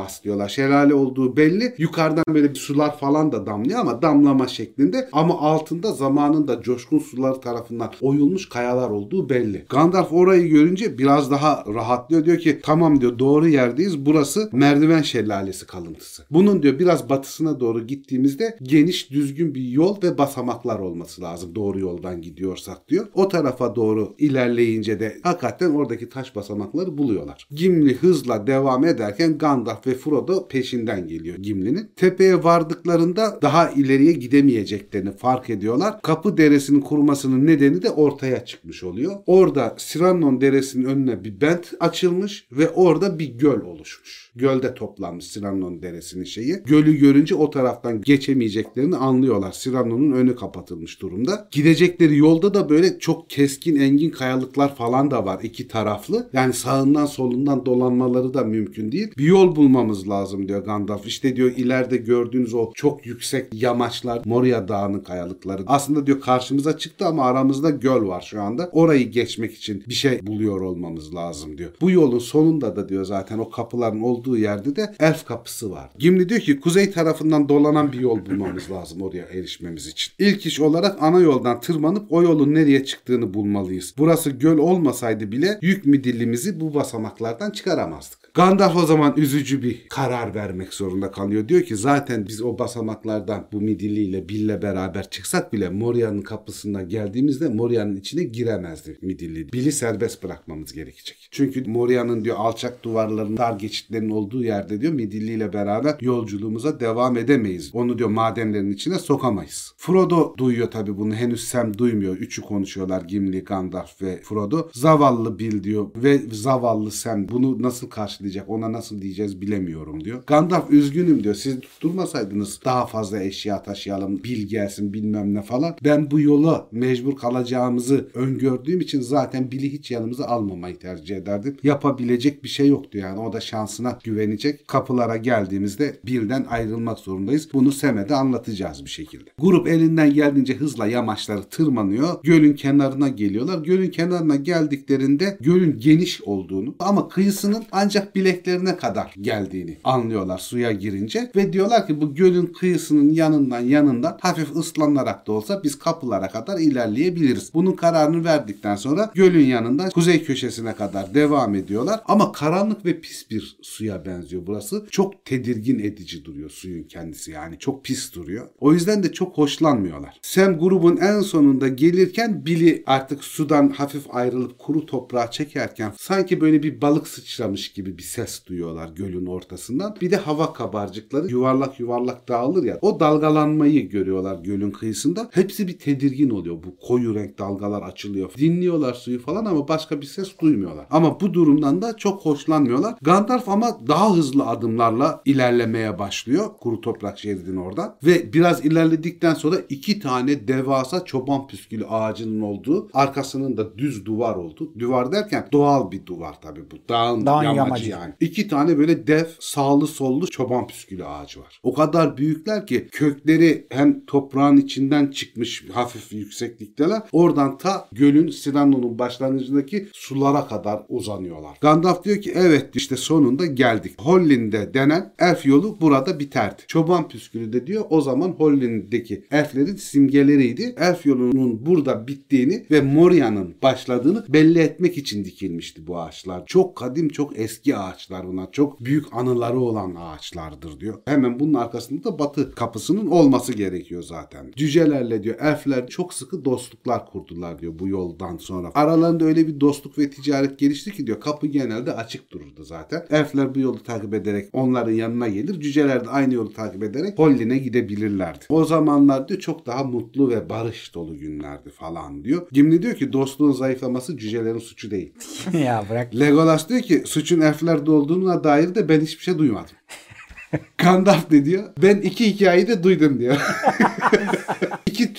Şelale olduğu belli. Yukarıdan böyle bir sular falan da damlıyor ama damlama şeklinde. Ama altında zamanında coşkun sular tarafından oyulmuş kayalar olduğu belli. Gandalf orayı görünce biraz daha rahatlıyor. Diyor ki tamam diyor, doğru yerdeyiz. Burası merdiven şelalesi kalıntısı. Bunun diyor biraz batısına doğru gittiğimizde geniş düzgün bir yol ve basamaklar olması lazım. Doğru yoldan gidiyorsak diyor. O tarafa doğru ilerleyince de hakikaten oradaki taş basamakları buluyorlar. Gimli hızla devam ederken Gandalf ve Frodo peşinden geliyor Gimli'nin. Tepeye vardıklarında daha ileriye gidemeyeceklerini fark ediyorlar. Kapı Deresi'nin kurumasının nedeni de ortaya çıkmış oluyor. Orada Sirannon Deresi'nin önüne bir bent açılmış ve orada bir göl oluşmuş. Gölde toplanmış Sirannon Deresi'nin şeyi. Gölü görünce o taraftan geçemeyeceklerini anlıyorlar. Sirannon'un önü kapatılmış durumda. Gidecekleri yolda da böyle çok keskin engin kayalıklar falan da var iki taraflı. Yani sağından solundan dolanmaları da mümkün değil. Bir yol bulmamız lazım diyor Gandalf. İşte diyor ileride gördüğünüz o çok yüksek yamaçlar Moria Dağı'nın kayalıkları. Aslında diyor karşımıza çıktı ama aramızda göl var şu anda. Orayı geçmek için bir şey buluyor olmamız lazım diyor. Bu yolun sonunda da diyor zaten o kapıların olduğu yerde de Elf kapısı var. Gimli diyor ki kuzey tarafından dolanan bir yol bulmamız lazım oraya erişmemiz için. İlk iş olarak ana yoldan tırmanıp o yolun nereye çıktığını bulmalıyız. Burası göl olmasaydı bile yük midillimizi bu basamaklardan çıkaramazdık. Gandalf o zaman üzücü bir karar vermek zorunda kalıyor. Diyor ki zaten biz o basamaklardan bu midilliyle Bill'le beraber çıksak bile Moria'nın kapısına geldiğimizde Moria'nın içine giremezdi midilli. Bill'i serbest bırakmamız gerekecek. Çünkü Moria'nın diyor alçak duvarların, dar geçitlerin olduğu yerde diyor midilliyle beraber yolculuğumuza devam edemeyiz. Onu diyor madenlerin içine sokamayız. Frodo duyuyor tabii bunu. Henüz Sam duymuyor. Üçü konuşuyorlar. Gimli, Gandalf ve Frodo. Zavallı Bill diyor ve zavallı Sam bunu nasıl karşılayacak, ona nasıl diyeceğiz bilemiyorum diyor. Gandalf üzgünüm diyor. Siz tutturmasaydınız daha fazla eşya taşıyalım, Bill gelsin bilmem ne falan. Ben bu yola mecbur kalacağımızı öngördüğüm için zaten Bill'i hiç yanımıza almamayı tercih ederdim. Yapabilecek bir şey yoktu yani. O da şansına güvenecek. Kapılara geldiğimizde birden ayrılmak zorundayız. Bunu Sam'e de anlatacağız bir şekilde. Grup elinden geldiğince hızla yamaçları tırmanıyor. Gölün kenarına geliyorlar. Gölün kenarına geldiklerinde gölün geniş olduğunu ama kıyısının ancak bileklerine kadar geldiğini anlıyorlar suya girince ve diyorlar ki bu gölün kıyısının yanından hafif ıslanarak da olsa biz kapılara kadar ilerleyebiliriz. Bunun kararını verdikten sonra gölün yanında kuzey köşesine kadar devam ediyorlar ama karanlık ve pis bir suya benziyor burası. Çok tedirgin edici duruyor suyun kendisi yani. Çok pis duruyor. O yüzden de çok hoşlanmıyorlar. Sam grubun en sonunda gelirken Bill'i artık sudan hafif ayrılıp kuru toprağa çekerken sanki böyle bir balık sıçramış gibi bir ses duyuyorlar gölün ortasından. Bir de hava kabarcıkları yuvarlak yuvarlak dağılır ya. O dalgalanmayı görüyorlar gölün kıyısında. Hepsi bir tedirgin oluyor. Bu koyu renk dalgalar açılıyor. Dinliyorlar suyu falan ama başka bir ses duymuyorlar. Ama bu durumdan da çok hoşlanmıyorlar. Gandalf ama daha hızlı adımlarla ilerlemeye başlıyor. Kuru toprak şeridinin oradan. Ve biraz ilerledikten sonra 2 tane devasa çoban püskülü ağacının olduğu, arkasının da düz duvar olduğu. Duvar derken doğal bir duvar tabii bu. Dağın yamacı yani. 2 tane böyle dev sağlı sollu çoban püskülü ağacı var. O kadar büyükler ki kökleri hem toprağın içinden çıkmış hafif yükseklikteler. Oradan ta gölün Sirannon'un başlangıcındaki sulara kadar uzanıyorlar. Gandalf diyor ki evet işte sonunda geldik. Hollin'de denen elf yolu burada biterdi. Çoban püskülü de diyor o zaman Hollin'deki elflerin simgeleriydi. Elf yolunun burada bittiğini ve Moria'nın başladığını belli etmek için dikilmişti bu ağaçlar. Çok kadim, çok eski ağaçlar bunlar. Çok büyük anıları olan ağaçlardır diyor. Hemen bunun arkasında da batı kapısının olması gerekiyor zaten. Cücelerle diyor elfler çok sıkı dostluklar kurdular diyor bu yoldan sonra. Aralarında öyle bir dostluk ve ticaret gelişti ki diyor kapı genelde açık dururdu zaten. Elfler bu yolu takip ederek onların yanına gelir. Cüceler de aynı yolu takip ederek Hollin'e gidebilirlerdi. O zamanlar diyor çok daha mutlu ve barış dolu günlerdi falan diyor. Gimli diyor ki dostluğun zayıflaması cücelerin suçu değil. Ya bırak. Legolas diyor ki suçun elflerde olduğuna dair de ben hiçbir şey duymadım. Gandalf ne diyor? Ben 2 hikayeyi de duydum diyor. 2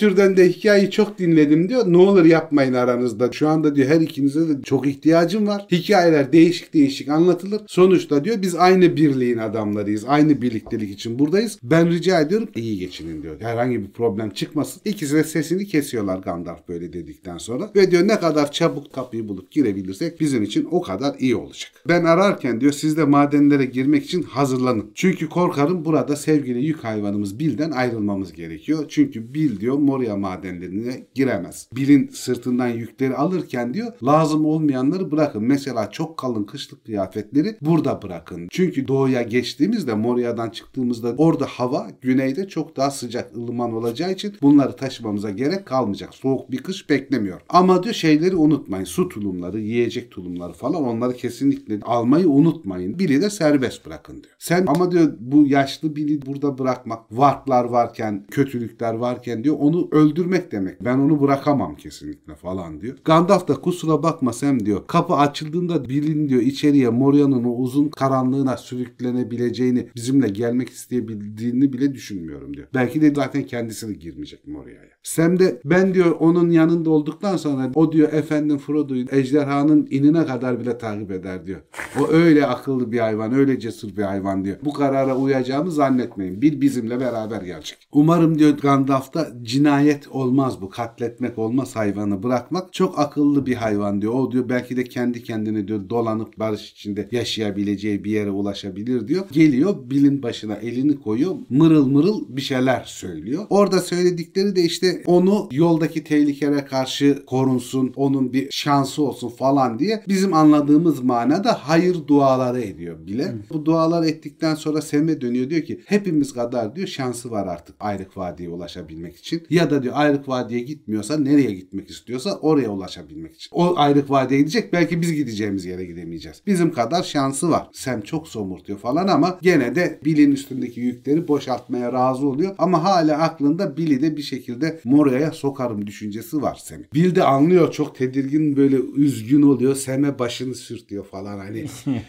türden de hikayeyi çok dinledim diyor. Ne olur yapmayın aranızda. Şu anda diyor her ikinize de çok ihtiyacım var. Hikayeler değişik değişik anlatılır. Sonuçta diyor biz aynı birliğin adamlarıyız. Aynı birliktelik için buradayız. Ben rica ediyorum iyi geçinin diyor. Herhangi bir problem çıkmasın. İkisi de sesini kesiyorlar Gandalf böyle dedikten sonra. Ve diyor ne kadar çabuk kapıyı bulup girebilirsek bizim için o kadar iyi olacak. Ben ararken diyor siz de madenlere girmek için hazırlanın. Çünkü korkarım burada sevgili yük hayvanımız Bill'den ayrılmamız gerekiyor. Çünkü Bill diyor Moria madenlerine giremez. Bill'in sırtından yükleri alırken diyor lazım olmayanları bırakın. Mesela çok kalın kışlık kıyafetleri burada bırakın. Çünkü doğuya geçtiğimizde Moria'dan çıktığımızda orada hava güneyde çok daha sıcak ılıman olacağı için bunları taşımamıza gerek kalmayacak. Soğuk bir kış beklemiyor. Ama diyor şeyleri unutmayın. Su tulumları, yiyecek tulumları falan onları kesinlikle almayı unutmayın. Bill'i de serbest bırakın diyor. Sen ama diyor bu yaşlı Bill'i burada bırakmak, vartlar varken, kötülükler varken diyor onu öldürmek demek. Ben onu bırakamam kesinlikle falan diyor. Gandalf da kusura bakma Sam diyor. Kapı açıldığında Bill'in diyor içeriye Moria'nın o uzun karanlığına sürüklenebileceğini, bizimle gelmek isteyebildiğini bile düşünmüyorum diyor. Belki de zaten kendisi de girmeyecek Moria'ya. Sam de ben diyor onun yanında olduktan sonra o diyor efendim Frodo'yu ejderhanın inine kadar bile takip eder diyor. O öyle akıllı bir hayvan, öyle cesur bir hayvan diyor. Bu karara uyacağımı zannetmeyin. Bill bizimle beraber gelecek. Umarım diyor Gandalf'ta cinayet olmaz bu. Katletmek olmaz hayvanı bırakmak. Çok akıllı bir hayvan diyor. O diyor belki de kendi kendine diyor dolanıp barış içinde yaşayabileceği bir yere ulaşabilir diyor. Geliyor Bill'in başına elini koyuyor. Mırıl mırıl bir şeyler söylüyor. Orada söyledikleri de işte onu yoldaki tehlikelere karşı korunsun, onun bir şansı olsun falan diye bizim anladığımız manada hayır duaları ediyor bile. Bu dualar ettikten sonra Sam'e dönüyor diyor ki hepimiz kadar diyor şansı var artık Ayrık Vadi'ye ulaşabilmek için. Ya da diyor Ayrık Vadi'ye gitmiyorsa nereye gitmek istiyorsa oraya ulaşabilmek için. O Ayrık Vadi'ye gidecek belki biz gideceğimiz yere gidemeyeceğiz. Bizim kadar şansı var. Sam çok somurtuyor falan ama gene de Bill'in üstündeki yükleri boşaltmaya razı oluyor. Ama hala aklında Bill'i de bir şekilde Moria'ya sokarım düşüncesi var Sam'in. Bill de anlıyor çok tedirgin böyle üzgün oluyor. Sam'e başını sürtüyor falan hani.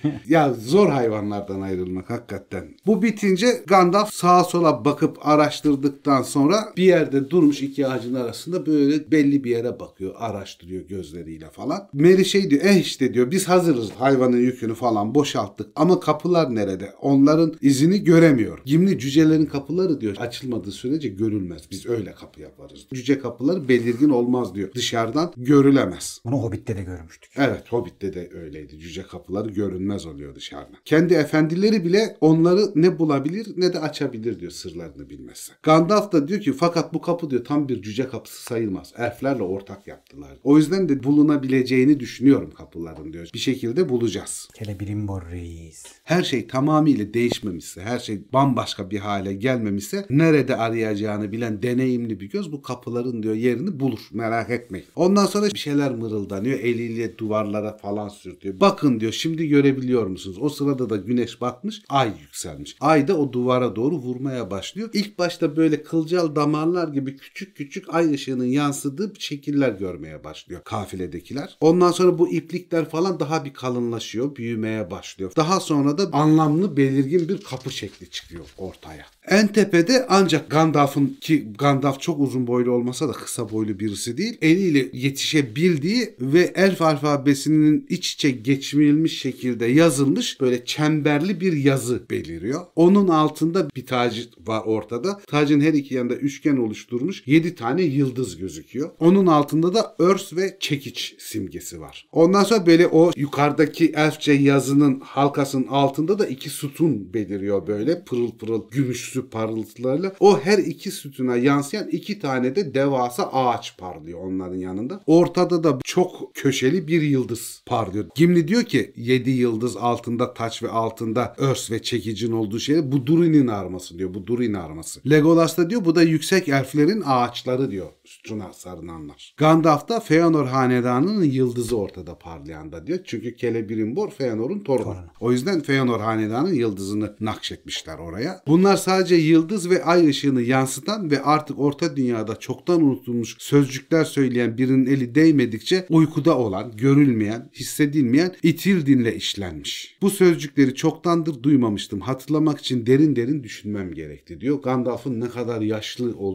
Ya zor hayvanlardan ayrılmak hakikaten. Bu bitince Gandalf sağa sola bakıp araştırdıktan sonra bir yerde durmuş iki ağacın arasında böyle belli bir yere bakıyor. Araştırıyor gözleriyle falan. Merry şey diyor işte diyor biz hazırız hayvanın yükünü falan boşalttık ama kapılar nerede? Onların izini göremiyor. Gimli cücelerin kapıları diyor açılmadığı sürece görülmez. Biz öyle kapı yaparız. Cüce kapıları belirgin olmaz diyor. Dışarıdan görülemez. Bunu Hobbit'te de görmüştük. Evet Hobbit'te de öyleydi. Cüce kapıları görünmez oluyor dışarıdan. Kendi efendileri bile onları ne bulabilir ne de açabilir diyor sırlarını bilmezse. Gandalf da diyor ki fakat bu kapı diyor tam bir cüce kapısı sayılmaz. Elflerle ortak yaptılar. O yüzden de bulunabileceğini düşünüyorum kapıların diyor. Bir şekilde bulacağız. Celebrimbor reis. Her şey tamamıyla değişmemişse, her şey bambaşka bir hale gelmemişse nerede arayacağını bilen deneyimli bir göz bu kapıların diyor yerini bulur. Merak etmeyin. Ondan sonra bir şeyler mırıldanıyor. Eliyle duvarlara falan sürtüyor. Bakın diyor şimdi görebiliyor musunuz? O sırada da güneş batmış, ay yükselmiş. Ay da o duvara doğru vurmaya başlıyor. İlk başta böyle kılcal damarlar gibi küçük küçük ay ışığının yansıdığı şekiller görmeye başlıyor kafiledekiler. Ondan sonra bu iplikler falan daha bir kalınlaşıyor, büyümeye başlıyor. Daha sonra da anlamlı belirgin bir kapı şekli çıkıyor ortaya. En tepede ancak Gandalf'ın ki Gandalf çok uzun boylu olmasa da kısa boylu birisi değil. Eliyle yetişebildiği ve elf alfabesinin iç içe geçirilmiş şekilde yazılmış böyle çemberli bir yazı beliriyor. Onun altında bir taç var ortada. Tacın her iki yanında üçgen oluşturmuş 7 tane yıldız gözüküyor. Onun altında da örs ve çekiç simgesi var. Ondan sonra böyle o yukarıdaki elfçe yazının halkasının altında da 2 sütun beliriyor böyle pırıl pırıl gümüşsü parıltılarla. O her 2 sütuna yansıyan 2 tane de devasa ağaç parlıyor onların yanında. Ortada da çok köşeli bir yıldız parlıyor. Gimli diyor ki 7 yıldız altında taç ve altında örs ve çekicin olduğu şey bu Durin'in arması diyor. Bu Durin arması. Legolas da diyor bu da yüksek elflerin ağaçları diyor. Sütuna sarınanlar. Gandalf da Feanor hanedanının yıldızı ortada parlayan da diyor. Çünkü Celebrimbor Feanor'un torunu. O yüzden Feanor hanedanının yıldızını nakşetmişler oraya. Bunlar sadece yıldız ve ay ışığını yansıtan ve artık Orta Dünya'da çoktan unutulmuş sözcükler söyleyen birinin eli değmedikçe uykuda olan, görülmeyen, hissedilmeyen İtildin'le işlenmiş. Bu sözcükleri çoktandır duymamıştım. Hatırlamak için derin derin düşünmem gerekti diyor. Gandalf'ın ne kadar yaşlı olduğunu da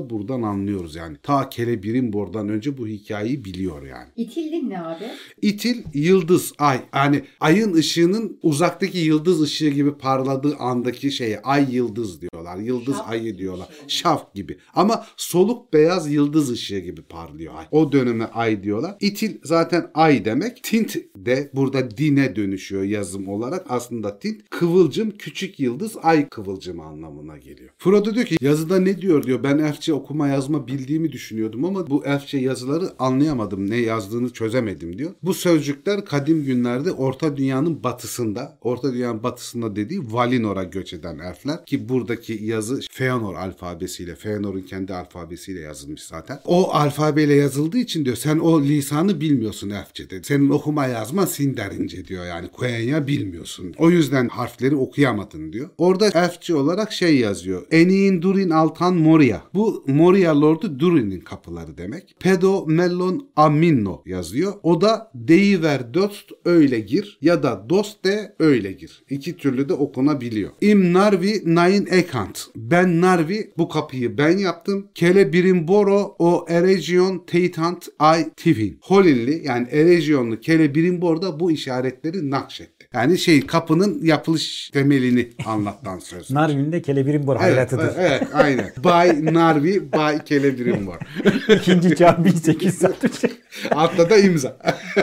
da buradan anlıyoruz yani. Ta Celebrimbor'dan önce bu hikayeyi biliyor yani. İtil'in ne abi? İtil yıldız, ay. Yani ayın ışığının uzaktaki yıldız ışığı gibi parladığı andaki şeye ay yıldız diyorlar. Yıldız Şaf ayı gibi diyorlar. bir şey. Şaf gibi. Ama soluk beyaz yıldız ışığı gibi parlıyor ay. O döneme ay diyorlar. İtil zaten ay demek. Tint de burada dine dönüşüyor yazım olarak. Aslında tint kıvılcım, küçük yıldız, ay kıvılcımı anlamına geliyor. Frodo diyor ki yazıda ne diyor diyor. Ben elfçe okuma yazma bildiğimi düşünüyordum ama bu elfçe yazıları anlayamadım. Ne yazdığını çözemedim diyor. Bu sözcükler kadim günlerde Orta Dünya'nın batısında dediği Valinor'a göç eden elfler ki buradaki yazı Feanor alfabesiyle, Feanor'un kendi alfabesiyle yazılmış zaten. O alfabeyle yazıldığı için diyor sen o lisanı bilmiyorsun elfçede. Senin okuma yazma Sinderince diyor yani Quenya bilmiyorsun. O yüzden harfleri okuyamadın diyor. Orada elfçe olarak şey yazıyor. Eniin Durin Altan Moria. Bu Moria Lord'u Durin'in kapıları demek. Pedo Mellon Aminno yazıyor. O da deyiver dost öyle gir ya da dost de öyle gir. İki türlü de okunabiliyor. İm Narvi Nain Ekant. Ben Narvi bu kapıyı ben yaptım. Celebrimboro o Eregion Teitant Ay Tivin. Holinli yani Eregionlu Celebrimbor da bu işaretleri nakşetti. Yani kapının yapılış temelini anlatan söz. Narvin'in de Celebrimbor'u hayratıdır. Evet, aynen. Bay Narvi, Bay Celebrimbor. İkinci çağ 1800. Altta da imza.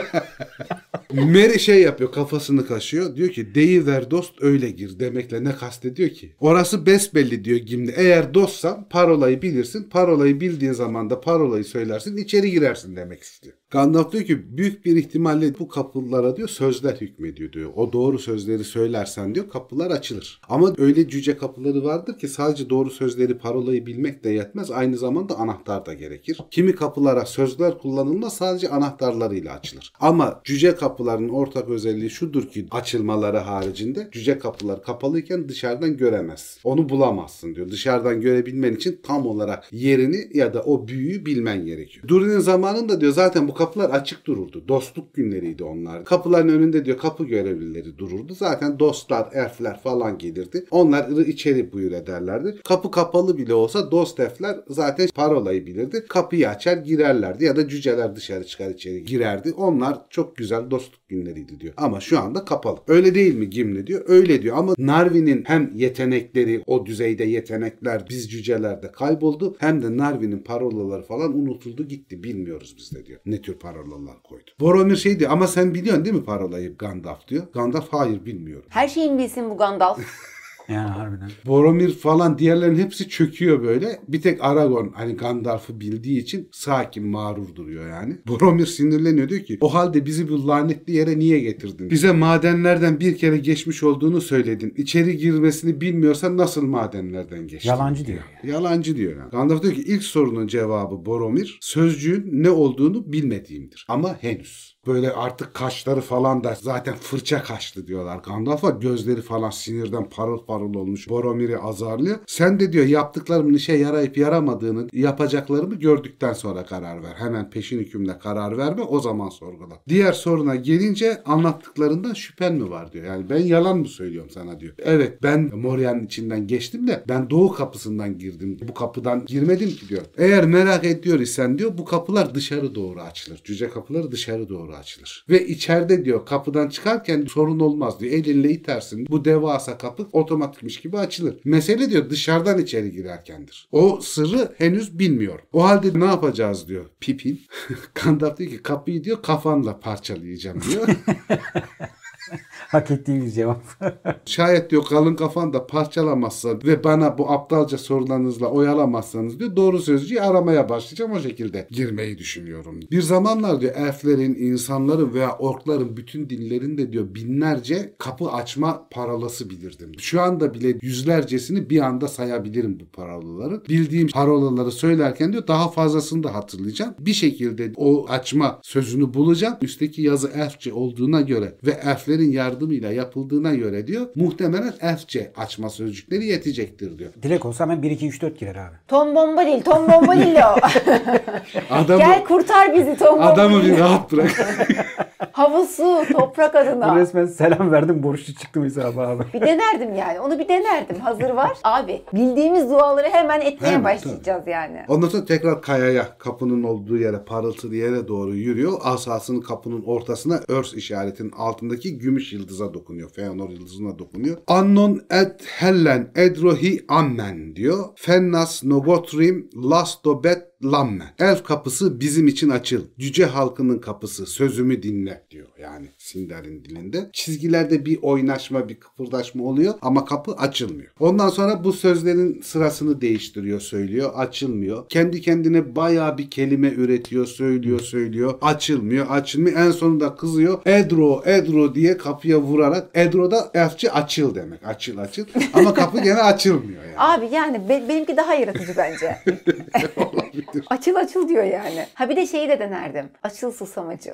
Merry yapıyor, kafasını kaşıyor. Diyor ki deyiver dost öyle gir demekle ne kastediyor ki? Orası besbelli diyor Gimli. Eğer dostsan parolayı bilirsin. Parolayı bildiğin zaman da parolayı söylersin. İçeri girersin demek istiyor. Gandalf diyor ki büyük bir ihtimalle bu kapılara diyor sözler hükmediyor diyor. O doğru sözleri söylersen diyor kapılar açılır. Ama öyle cüce kapıları vardır ki sadece doğru sözleri parolayı bilmek de yetmez. Aynı zamanda anahtar da gerekir. Kimi kapılara sözler kullanılmaz sadece anahtarlarıyla açılır. Ama cüce kapıların ortak özelliği şudur ki açılmaları haricinde cüce kapılar kapalıyken dışarıdan göremez. Onu bulamazsın diyor. Dışarıdan görebilmen için tam olarak yerini ya da o büyüyü bilmen gerekiyor. Durin'in zamanında diyor zaten bu kapılar açık dururdu. Dostluk günleriydi onlar. Kapıların önünde diyor kapı görevlileri dururdu. Zaten dostlar, elfler falan gelirdi. Onlar içeri buyur ederlerdi. Kapı kapalı bile olsa dost elfler zaten parolayı bilirdi. Kapıyı açar girerlerdi ya da cüceler dışarı çıkar içeri girerdi. Onlar çok güzel dostluk günleriydi diyor. Ama şu anda kapalı. Öyle değil mi Gimli diyor. Öyle diyor ama Narvi'nin hem yetenekleri o düzeyde yetenekler biz cücelerde kayboldu hem de Narvi'nin parolaları falan unutuldu gitti. Bilmiyoruz biz de diyor. Ne tür parolalar koydu. Boromir diyor ama sen biliyorsun değil mi parolayı Gandalf diyor. Gandalf hayır bilmiyorum. Her şeyin bilsin bu Gandalf. Yani harbiden. Boromir falan diğerlerin hepsi çöküyor böyle. Bir tek Aragorn hani Gandalf'ı bildiği için sakin mağrur duruyor yani. Boromir sinirleniyor diyor ki o halde bizi bu lanetli yere niye getirdin? Bize madenlerden bir kere geçmiş olduğunu söyledin. İçeri girmesini bilmiyorsan nasıl madenlerden geçtin? Yalancı diyor. Yalancı diyor yani. Gandalf diyor ki ilk sorunun cevabı Boromir sözcüğün ne olduğunu bilmediğimdir. Ama henüz. Böyle artık kaşları falan da zaten fırça kaşlı diyorlar. Gandalf'a gözleri falan sinirden parıl parıl olmuş. Boromir'i azarlıyor. Sen de diyor yaptıklarımın işe yarayıp yaramadığını yapacaklarımı gördükten sonra karar ver. Hemen peşin hükümle karar verme o zaman sorgula. Diğer soruna gelince anlattıklarından şüphen mi var diyor. Yani ben yalan mı söylüyorum sana diyor. Evet ben Moria'nın içinden geçtim de ben doğu kapısından girdim. Bu kapıdan girmedim ki diyor. Eğer merak ediyor isen diyor bu kapılar dışarı doğru açılır. Cüce kapıları dışarı doğru açılır. Ve içeride diyor kapıdan çıkarken sorun olmaz diyor. Elinle itersin. Bu devasa kapı otomatikmiş gibi açılır. Mesele diyor dışarıdan içeri girerkendir. O sırrı henüz bilmiyor. O halde ne yapacağız diyor Pippin. Gandalf diyor ki kapıyı diyor kafanla parçalayacağım diyor. Hak ettiği bir cevap. Şayet diyor kalın kafan da parçalamazsa ve bana bu aptalca sorularınızla oyalamazsanız diyor doğru sözcüğü aramaya başlayacağım o şekilde girmeyi düşünüyorum. Bir zamanlar diyor elflerin, insanların veya orkların bütün dinlerinde diyor binlerce kapı açma parolası bilirdim. Şu anda bile yüzlercesini bir anda sayabilirim bu parolaları. Bildiğim parolaları söylerken diyor daha fazlasını da hatırlayacağım. Bir şekilde o açma sözünü bulacağım. Üstteki yazı elfçe olduğuna göre ve elflerin yardım yardımıyla yapıldığına göre diyor muhtemelen elfçe açma sözcükleri yetecektir diyor. Dilek olsa hemen 1 2 3 4 girer abi. Tom Bombadil, Tom Bombadil o. Adamı, Gel kurtar bizi Tom adamı Bombadil. bir rahat bırak. Hava, su, toprak adına. Resmen selam verdim, borçlu çıktım hesabı abi. Bir denerdim yani. Onu bir denerdim. Hazır var. Abi bildiğimiz duaları hemen etmeye Hemen, başlayacağız yani. Ondan sonra tekrar kayaya, kapının olduğu yere, parıltılı yere doğru yürüyor. Asasını kapının ortasına örs işaretinin altındaki gümüş yıldıza dokunuyor. Feanor yıldızına dokunuyor. Annon et hellen edrohi ammen diyor. Fennas nogotrim lastobet lamme. Elf kapısı bizim için açıl. Cüce halkının kapısı. Sözümü dinle diyor. Yani Sindar'ın dilinde. Çizgilerde bir oynaşma, bir kıpırdaşma oluyor ama kapı açılmıyor. Ondan sonra bu sözlerin sırasını değiştiriyor, söylüyor. Açılmıyor. Kendi kendine bayağı bir kelime üretiyor, söylüyor. Açılmıyor. En sonunda kızıyor. Edro diye kapıya vurarak. Edro da elfçe açıl demek. Açıl. Ama kapı gene açılmıyor yani. Abi yani benimki daha yaratıcı bence. Açıl diyor yani. Ha bir de şeyi de denerdim. Açıl susam açıl.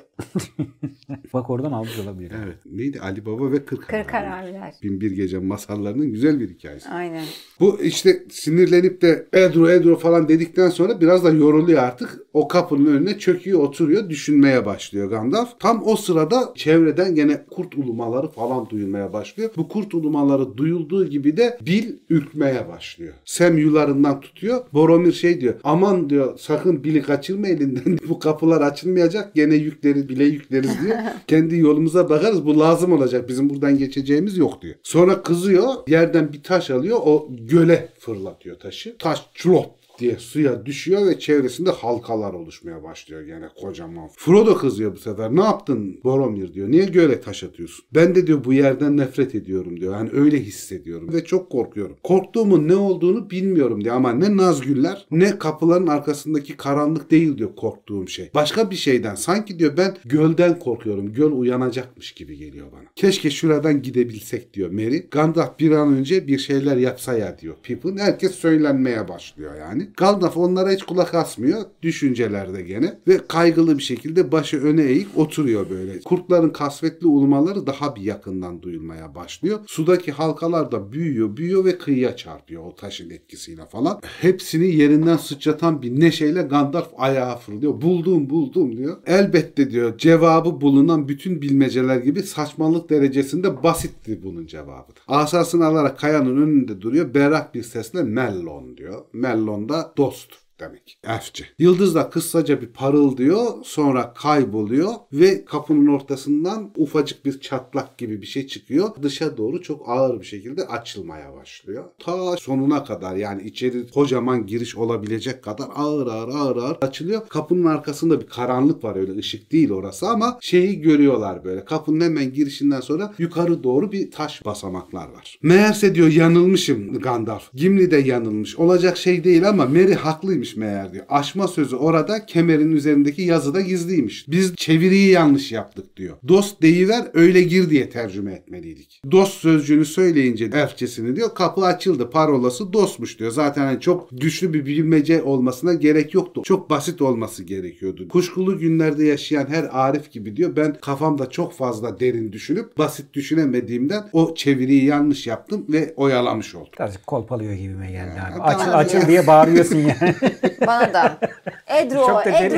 Bak oradan almış olabilir. Evet. Neydi? Ali Baba ve Kırk Haramiler. Binbir Gece masallarının güzel bir hikayesi. Aynen. Bu işte sinirlenip de Edro falan dedikten sonra biraz da yoruluyor artık. O kapının önüne çöküyor, oturuyor, düşünmeye başlıyor Gandalf. Tam o sırada çevreden gene kurt ulumaları falan duyulmaya başlıyor. Bu kurt ulumaları duyulduğu gibi de Bil ürkmeye başlıyor. Sam yularından tutuyor. Boromir şey diyor. Aman diyor sakın Bil'i kaçırma elinden. Bu kapılar açılmayacak. Gene Bil'e yükleriz diyor. Kendi yolumuza bakarız. Bu lazım olacak. Bizim buradan geçeceğimiz yok diyor. Sonra kızıyor. Yerden bir taş alıyor. O göle fırlatıyor taşı. Taş çulop diye suya düşüyor ve çevresinde halkalar oluşmaya başlıyor gene kocaman. Frodo kızıyor bu sefer. Ne yaptın Boromir diyor. Niye göle taş atıyorsun? Ben de diyor bu yerden nefret ediyorum diyor. Yani öyle hissediyorum ve çok korkuyorum. Korktuğumun ne olduğunu bilmiyorum diyor ama ne Nazgûl'ler ne kapıların arkasındaki karanlık değil diyor korktuğum şey. Başka bir şeyden. Sanki diyor ben gölden korkuyorum. Göl uyanacakmış gibi geliyor bana. Keşke şuradan gidebilsek diyor Merry. Gandalf bir an önce bir şeyler yapsa ya diyor Pippin. Herkes söylenmeye başlıyor yani. Gandalf onlara hiç kulak asmıyor. Düşüncelerde gene. Ve kaygılı bir şekilde başı öne eğik oturuyor böyle. Kurtların kasvetli ulumaları daha bir yakından duyulmaya başlıyor. Sudaki halkalar da büyüyor ve kıyıya çarpıyor o taşın etkisiyle falan. Hepsini yerinden sıçratan bir neşeyle Gandalf ayağa fırlıyor. Buldum diyor. Elbette diyor cevabı bulunan bütün bilmeceler gibi saçmalık derecesinde basitti bunun cevabı. Asasını alarak kayanın önünde duruyor. Berrak bir sesle Mellon diyor. Mellon da dost demek. Elfçe. Yıldız da kısaca bir parıldıyor, sonra kayboluyor ve kapının ortasından ufacık bir çatlak gibi bir şey çıkıyor. Dışa doğru çok ağır bir şekilde açılmaya başlıyor. Ta sonuna kadar yani içeri kocaman giriş olabilecek kadar ağır açılıyor. Kapının arkasında bir karanlık var öyle ışık değil orası ama şeyi görüyorlar böyle. Kapının hemen girişinden sonra yukarı doğru bir taş basamaklar var. Meğerse diyor yanılmışım Gandalf. Gimli de yanılmış. Olacak şey değil ama Merry haklıymış meğer diyor. Aşma sözü orada kemerin üzerindeki yazıda gizliymiş. Biz çeviriyi yanlış yaptık diyor. Dost deyiver öyle gir diye tercüme etmeliydik. Dost sözcüğünü söyleyince elfçesini diyor kapı açıldı. Parolası dostmuş diyor. Zaten hani çok güçlü bir bilmece olmasına gerek yoktu. Çok basit olması gerekiyordu. Kuşkulu günlerde yaşayan her Arif gibi diyor ben kafamda çok fazla derin düşünüp basit düşünemediğimden o çeviriyi yanlış yaptım ve oyalamış oldum. Birazcık kolpalıyor gibime geldi abi. Tamam Açıl ya. diye bağırıyorsun yani. Bana da. Çok da derin.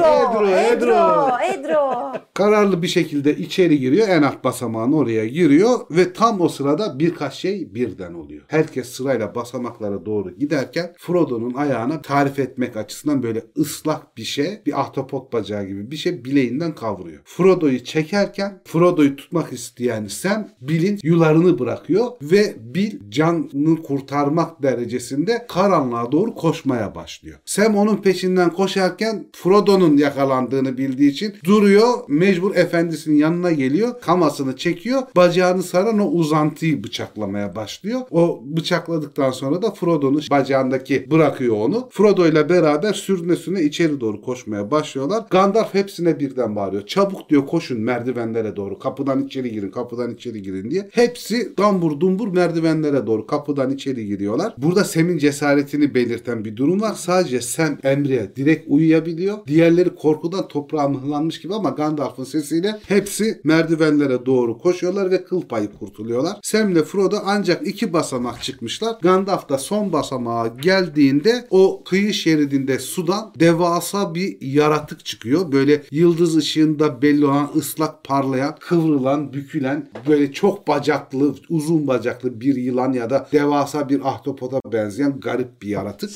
Edro. Kararlı bir şekilde içeri giriyor. En alt basamağın oraya giriyor ve tam o sırada birkaç şey birden oluyor. Herkes sırayla basamaklara doğru giderken Frodo'nun ayağına tarif etmek açısından böyle ıslak bir şey, bir ahtapot bacağı gibi bir şey bileğinden kavruyor. Frodo'yu çekerken Frodo'yu tutmak isteyen Sam Bill'in yularını bırakıyor ve Bill canını kurtarmak derecesinde karanlığa doğru koşmaya başlıyor. Sam onun peşinden koşarken Frodo'nun yakalandığını bildiği için duruyor. Mecbur efendisinin yanına geliyor. Kamasını çekiyor. Bacağını saran o uzantıyı bıçaklamaya başlıyor. O bıçakladıktan sonra da Frodo'nun bacağındaki bırakıyor onu. Frodo ile beraber sürüne içeri doğru koşmaya başlıyorlar. Gandalf hepsine birden bağırıyor. Çabuk diyor koşun merdivenlere doğru. Kapıdan içeri girin diye. Hepsi dambur dumbur merdivenlere doğru kapıdan içeri giriyorlar. Burada Sam'in cesaretini belirten bir durum var. Sadece Sam emre direkt uyuyabiliyor. Diğerleri korkudan toprağa mıhlanmış gibi ama Gandalf'ın sesiyle hepsi merdivenlere doğru koşuyorlar ve kıl payı kurtuluyorlar. Sam ile Frodo ancak 2 basamak çıkmışlar. Gandalf da son basamağa geldiğinde o kıyı şeridinde sudan devasa bir yaratık çıkıyor. Böyle yıldız ışığında belli olan ıslak parlayan, kıvrılan, bükülen, böyle çok bacaklı, uzun bacaklı bir yılan ya da devasa bir ahtapota benzeyen garip bir yaratık.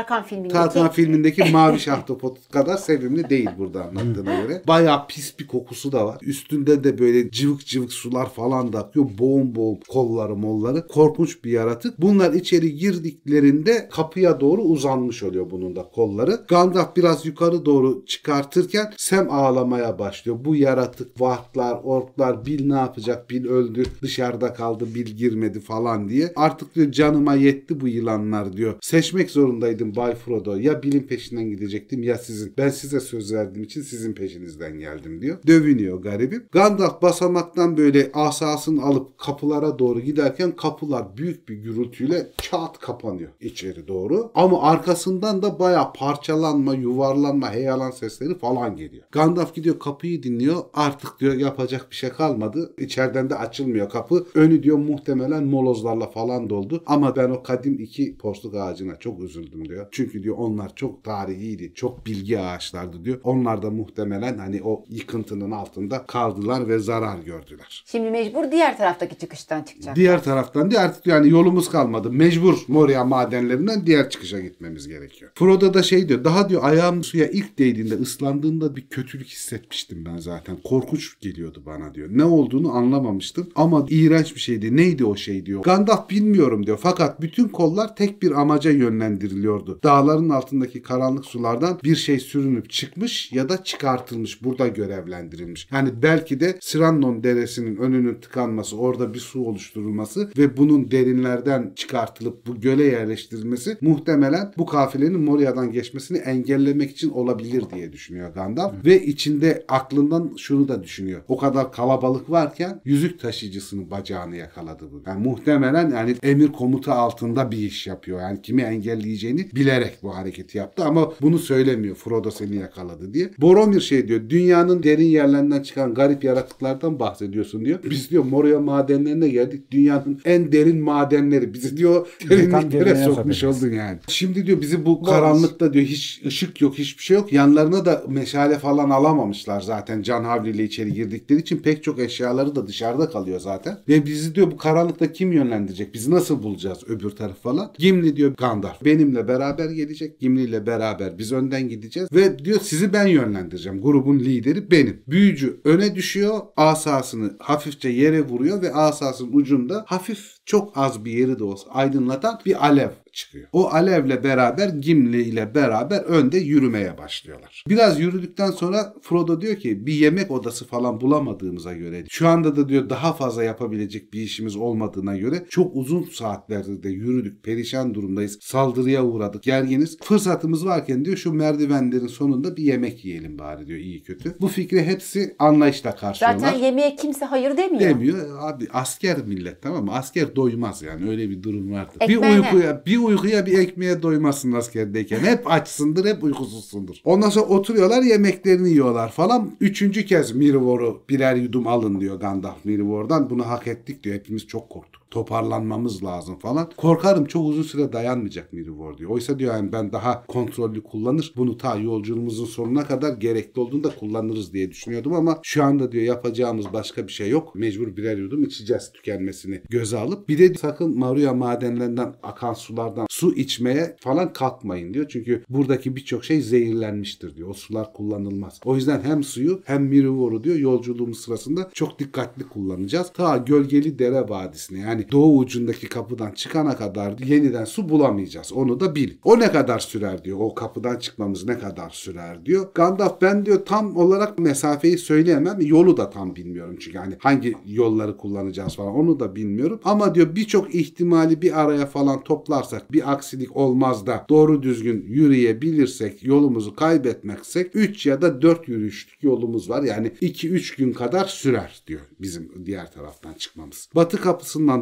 Tarkan filmindeki mavi ahtapot kadar sevimli değil burada anlattığına göre. Bayağı pis bir kokusu da var. Üstünde de böyle cıvık cıvık sular falan da akıyor. Boğum boğum kolları molları. Korkunç bir yaratık. Bunlar içeri girdiklerinde kapıya doğru uzanmış oluyor bunun da kolları. Gandalf biraz yukarı doğru çıkartırken Sam ağlamaya başlıyor. Bu yaratık, vahtlar, orklar, Bil ne yapacak? Bil öldü. Dışarıda kaldı. Bil girmedi falan diye. Artık diyor canıma yetti bu yılanlar diyor. Seçmek zorundaydım Bay Frodo. Ya Bil'in peşinden gidecektim ya sizin. Ben size söz verdiğim için sizin peşinizden geldim diyor. Dövünüyor garibim. Gandalf basamaktan böyle asasını alıp kapılara doğru giderken kapılar büyük bir gürültüyle çat kapanıyor içeri doğru. Ama arkasından da bayağı parçalanma, yuvarlanma, heyalan sesleri falan geliyor. Gandalf gidiyor kapıyı dinliyor. Artık diyor yapacak bir şey kalmadı. İçeriden de açılmıyor kapı. Önü diyor muhtemelen molozlarla falan doldu. Ama ben o kadim 2 porsuk ağacına çok üzüldüm diyor. Çünkü diyor onlar çok tarihiydi. Çok bilgi ağaçlardı diyor. Onlar da muhtemelen hani o yıkıntının altında kaldılar ve zarar gördüler. Şimdi mecbur diğer taraftaki çıkıştan çıkacak. Diğer taraftan diyor artık yani yolumuz kalmadı. Mecbur Moria madenlerinden diğer çıkışa gitmemiz gerekiyor. Frodo da şey diyor. Daha diyor ayağım suya ilk değdiğinde ıslandığında bir kötülük hissetmiştim ben zaten. Korkunç geliyordu bana diyor. Ne olduğunu anlamamıştım ama iğrenç bir şeydi. Neydi o şey diyor. Gandalf bilmiyorum diyor. Fakat bütün kollar tek bir amaca yönlendiriliyordu. Dağların altındaki karanlık sulardan bir şey sürünüp çıkmış ya da çıkartılmış. Burada görevlendirilmiş. Yani belki de Sirannon deresinin önünün tıkanması, orada bir su oluşturulması ve bunun derinlerden çıkartılıp bu göle yerleştirilmesi muhtemelen bu kafilenin Moria'dan geçmesini engellemek için olabilir diye düşünüyor Gandalf. Ve içinde aklından şunu da düşünüyor. O kadar kalabalık varken yüzük taşıyıcısının bacağını yakaladı bu. Yani muhtemelen yani emir komuta altında bir iş yapıyor. Yani kimi engelleyeceğini bilerek bu hareketi yaptı ama bunu söylemiyor. Frodo seni yakaladı diye. Boromir şey diyor. Dünyanın derin yerlerinden çıkan garip yaratıklardan bahsediyorsun diyor. Biz diyor Moria madenlerine geldik. Dünyanın en derin madenleri. Bizi diyor derinliklere sokmuş oldun yani. Şimdi diyor bizi bu karanlıkta diyor hiç ışık yok, hiçbir şey yok. Yanlarına da meşale falan alamamışlar zaten. Can havliyle içeri girdikleri için pek çok eşyaları da dışarıda kalıyor zaten. Ve bizi diyor bu karanlıkta kim yönlendirecek? Bizi nasıl bulacağız öbür taraf falan? Gimli diyor Gandalf benimle beraber gelecek. Gimli ile beraber biz önden gideceğiz. Ve diyor sizi ben yönlendireceğim. Grubun lideri benim. Büyücü öne düşüyor. Asasını hafifçe yere vuruyor ve asasının ucunda hafif çok az bir yeri de olsa aydınlatan bir alev çıkıyor. O alevle beraber Gimli ile beraber önde yürümeye başlıyorlar. Biraz yürüdükten sonra Frodo diyor ki bir yemek odası falan bulamadığımıza göre şu anda da diyor daha fazla yapabilecek bir işimiz olmadığına göre çok uzun saatlerde de yürüdük. Perişan durumdayız. Saldırıya uğradık. Gerginiz. Fırsatımız varken diyor şu merdivenlerin sonunda bir yemek yiyelim bari diyor iyi kötü. Bu fikri hepsi anlayışla karşılıyorlar. Zaten yemeğe kimse hayır demiyor. Demiyor. Abi asker millet tamam mı? Asker doymaz yani öyle bir durum vardır. Ekmeğine. Bir uykuya bir ekmeğe doymazsın askerdeyken. Hep açsındır, hep uykusuzsundur. Ondan sonra oturuyorlar, yemeklerini yiyorlar falan. 3. kez Mirvor'u birer yudum alın diyor Gandalf Mirvor'dan. Bunu hak ettik diyor. Hepimiz çok korktuk. Toparlanmamız lazım falan. Korkarım çok uzun süre dayanmayacak Mirvor diyor. Oysa diyor yani ben daha kontrollü kullanır. Bunu ta yolculuğumuzun sonuna kadar gerekli olduğunda kullanırız diye düşünüyordum ama şu anda diyor yapacağımız başka bir şey yok. Mecbur birer yudum içeceğiz tükenmesini göze alıp. Bir de sakın Moria madenlerinden akan sulardan su içmeye falan kalkmayın diyor. Çünkü buradaki birçok şey zehirlenmiştir diyor. O sular kullanılmaz. O yüzden hem suyu hem Mirvor'u diyor yolculuğumuz sırasında çok dikkatli kullanacağız. Ta gölgeli dere vadisine yani doğu ucundaki kapıdan çıkana kadar yeniden su bulamayacağız. Onu da bil. O ne kadar sürer diyor. O kapıdan çıkmamız ne kadar sürer diyor. Gandalf ben diyor tam olarak mesafeyi söyleyemem. Yolu da tam bilmiyorum çünkü hani hangi yolları kullanacağız falan onu da bilmiyorum. Ama diyor birçok ihtimali bir araya falan toplarsak bir aksilik olmaz da doğru düzgün yürüyebilirsek yolumuzu kaybetmeksek 3 ya da 4 yürüyüşlük yolumuz var. Yani 2-3 gün kadar sürer diyor bizim diğer taraftan çıkmamız. Batı kapısından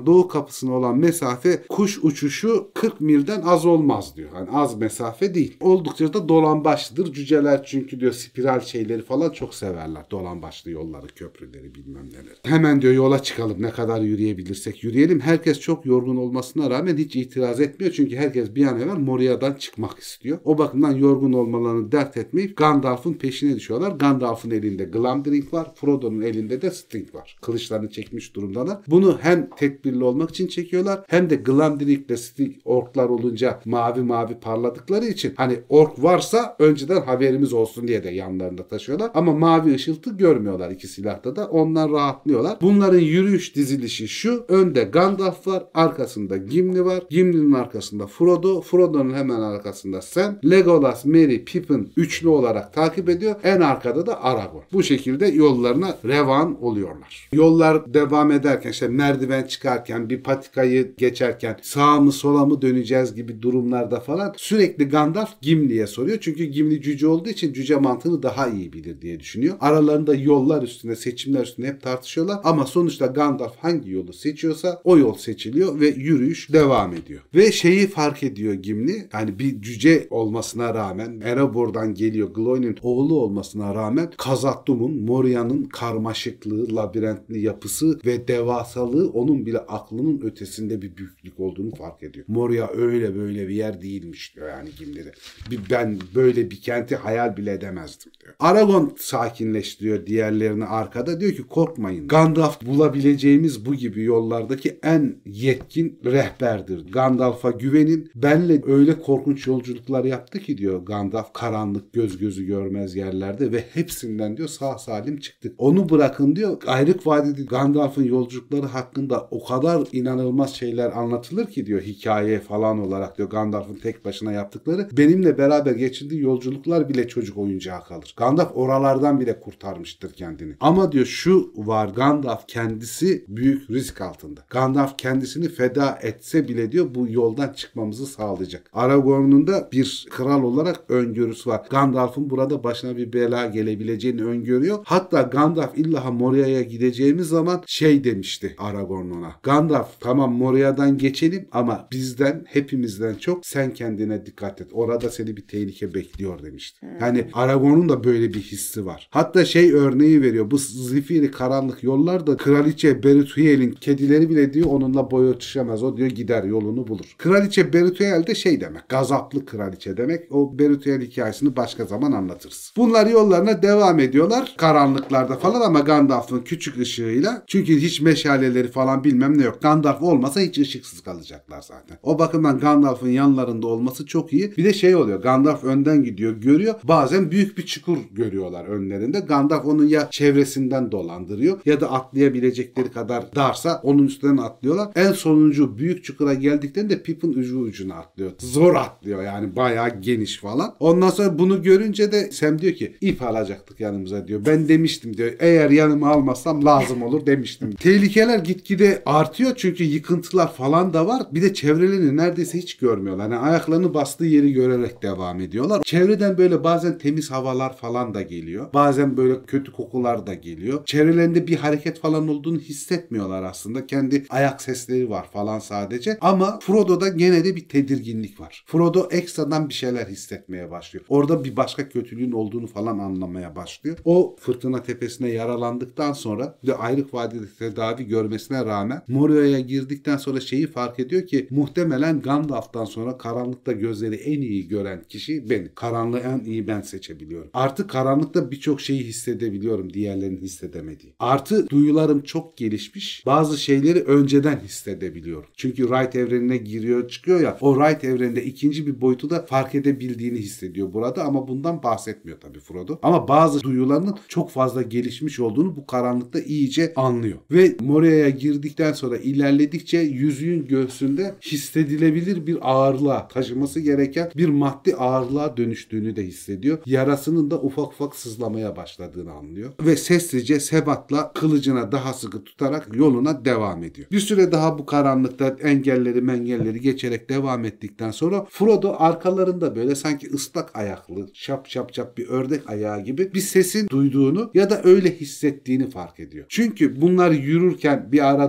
kapısından doğu kapısına olan mesafe kuş uçuşu 40 milden az olmaz diyor. Hani az mesafe değil. Oldukça da dolambaçlıdır. Cüceler çünkü diyor spiral şeyleri falan çok severler. Dolambaçlı yolları, köprüleri bilmem neler. Hemen diyor yola çıkalım. Ne kadar yürüyebilirsek yürüyelim. Herkes çok yorgun olmasına rağmen hiç itiraz etmiyor. Çünkü herkes bir an evvel Moria'dan çıkmak istiyor. O bakımdan yorgun olmalarını dert etmeyip Gandalf'ın peşine düşüyorlar. Gandalf'ın elinde Glamdring var. Frodo'nun elinde de Sting var. Kılıçlarını çekmiş durumdalar. Bunu hem tedbirli olmak için çekiyorlar hem de Glamdring ile Sting orklar olunca mavi mavi parladıkları için hani ork varsa önceden haberimiz olsun diye de yanlarında taşıyorlar. Ama mavi ışıltı görmüyorlar iki silahta da. Ondan rahatlıyorlar. Bunların yürüyüş dizilişi şu. Önde Gandalf var. Arkasında Gimli var. Gimli'nin arkasında Frodo. Frodo'nun hemen arkasında Sam. Legolas, Merry, Pippin üçlü olarak takip ediyor. En arkada da Aragorn. Bu şekilde yollarına revan oluyorlar. Yollar devam ederken işte merdiven çıkarken bir patikayı geçerken sağa mı sola mı döneceğiz gibi durumlarda falan sürekli Gandalf Gimli'ye soruyor. Çünkü Gimli cüce olduğu için cüce mantığını daha iyi bilir diye düşünüyor. Aralarında yollar üstünde, seçimler üstünde hep tartışıyorlar ama sonuçta Gandalf hangi yolu seçiyorsa o yol seçiliyor ve yürüyüş devam ediyor. Ve şeyi fark ediyor Gimli. Yani bir cüce olmasına rağmen Erebor'dan geliyor. Gloin'in oğlu olmasına rağmen Khazad-dûm'un, Moria'nın karmaşıklığı, labirentli yapısı ve devasalığı onun bile aklının ötesinde bir büyüklük olduğunu fark ediyor. Moria öyle böyle bir yer değilmiş diyor yani Gimli'de. Ben böyle bir kenti hayal bile edemezdim diyor. Aragorn sakinleştiriyor diğerlerini arkada. Diyor ki korkmayın. Gandalf bulabileceğimiz bu gibi yollardaki en yetkin rehberdir. Gandalf'a güvenin. Benle öyle korkunç yolculuklar yaptı ki diyor Gandalf karanlık göz gözü görmez yerlerde ve hepsinden diyor sağ salim çıktık. Onu bırakın diyor. Ayrık Vadide Gandalf'ın yolculukları hakkında o kadar inanılmaz şeyler anlatılır ki diyor hikaye falan olarak diyor Gandalf'ın tek başına yaptıkları. Benimle beraber geçirdiği yolculuklar bile çocuk oyuncağı kalır. Gandalf oralardan bile kurtarmıştır kendini. Ama diyor şu var Gandalf kendisi büyük risk altında. Gandalf kendisini feda etse bile diyor bu yoldan çıkmamızı sağlayacak. Aragorn'un da bir kral olarak öngörüsü var. Gandalf'ın burada başına bir bela gelebileceğini öngörüyor. Hatta Gandalf illa Moria'ya gideceğimiz zaman şey demişti Aragorn ona. Gandalf tamam Moria'dan geçelim ama bizden hepimizden çok sen kendine dikkat et. Orada seni bir tehlike bekliyor demişti. Yani Aragorn'un da böyle bir hissi var. Hatta şey örneği veriyor. Bu zifiri karanlık yollarda Kraliçe Berethüel'in kedileri bile diyor onunla boy ölçüşemez. O diyor gider yolunu bulur. Kraliçe Berethüel de şey demek. Gazaplı kraliçe demek. O Berethüel hikayesini başka zaman anlatırız. Bunlar yollarına devam ediyorlar. Karanlıklarda falan ama Gandalf'ın küçük ışığıyla. Çünkü hiç meşaleleri falan bilmem ne yok. Gandalf olmasa hiç ışıksız kalacaklar zaten. O bakımdan Gandalf'ın yanlarında olması çok iyi. Bir de şey oluyor. Gandalf önden gidiyor, görüyor. Bazen büyük bir çukur görüyorlar önlerinde. Gandalf onun ya çevresinden dolandırıyor ya da atlayabilecekleri kadar darsa onun üstünden atlıyorlar. En sonuncu büyük çukura geldiklerinde Pippin ucu ucuna atlıyor. Zor atlıyor yani bayağı geniş falan. Ondan sonra bunu görünce de Sam diyor ki ip alacaktık yanımıza diyor. Ben demiştim diyor. Eğer yanıma almazsam lazım olur demiştim. Tehlikeler gitgide artıyor çünkü yıkıntılar falan da var. Bir de çevrelerini neredeyse hiç görmüyorlar. Yani ayaklarını bastığı yeri görerek devam ediyorlar. Çevreden böyle bazen temiz havalar falan da geliyor. Bazen böyle kötü kokular da geliyor. Çevrelerinde bir hareket falan olduğunu hissetmiyorlar aslında. Kendi ayak sesleri var falan sadece. Ama Frodo'da gene de bir tedirginlik var. Frodo ekstradan bir şeyler hissetmeye başlıyor. Orada bir başka kötülüğün olduğunu falan anlamaya başlıyor. O fırtına tepesine yaralandıktan sonra ve Ayrık Vadide tedavi görmesine rağmen Moria'ya girdikten sonra şeyi fark ediyor ki muhtemelen Gandalf'tan sonra karanlıkta gözleri en iyi gören kişi benim. Karanlığı en iyi ben seçebiliyorum. Artı karanlıkta birçok şeyi hissedebiliyorum diğerlerinin hissedemediği. Artı duyularım çok gelişmiş. Bazı şeyleri önceden hissedebiliyorum. Çünkü Wright evrenine giriyor çıkıyor ya o Wright evreninde ikinci bir boyutu da fark edebildiğini hissediyor burada ama bundan bahsetmiyor tabii Frodo. Ama bazı duyularının çok fazla gelişmiş olduğunu bu karanlıkta iyice anlıyor. Ve Moria'ya girdikten sonra ilerledikçe yüzüğün göğsünde hissedilebilir bir ağırlığa taşıması gereken bir maddi ağırlığa dönüştüğünü de hissediyor. Yarasının da ufak ufak sızlamaya başladığını anlıyor. Ve sessizce sebatla kılıcına daha sıkı tutarak yoluna devam ediyor. Bir süre daha bu karanlıkta engelleri geçerek devam ettikten sonra Frodo arkalarında böyle sanki ıslak ayaklı şap şap şap bir ördek ayağı gibi bir sesin duyduğunu ya da öyle hissettiğini fark ediyor. Çünkü bunlar yürürken bir ara durup hani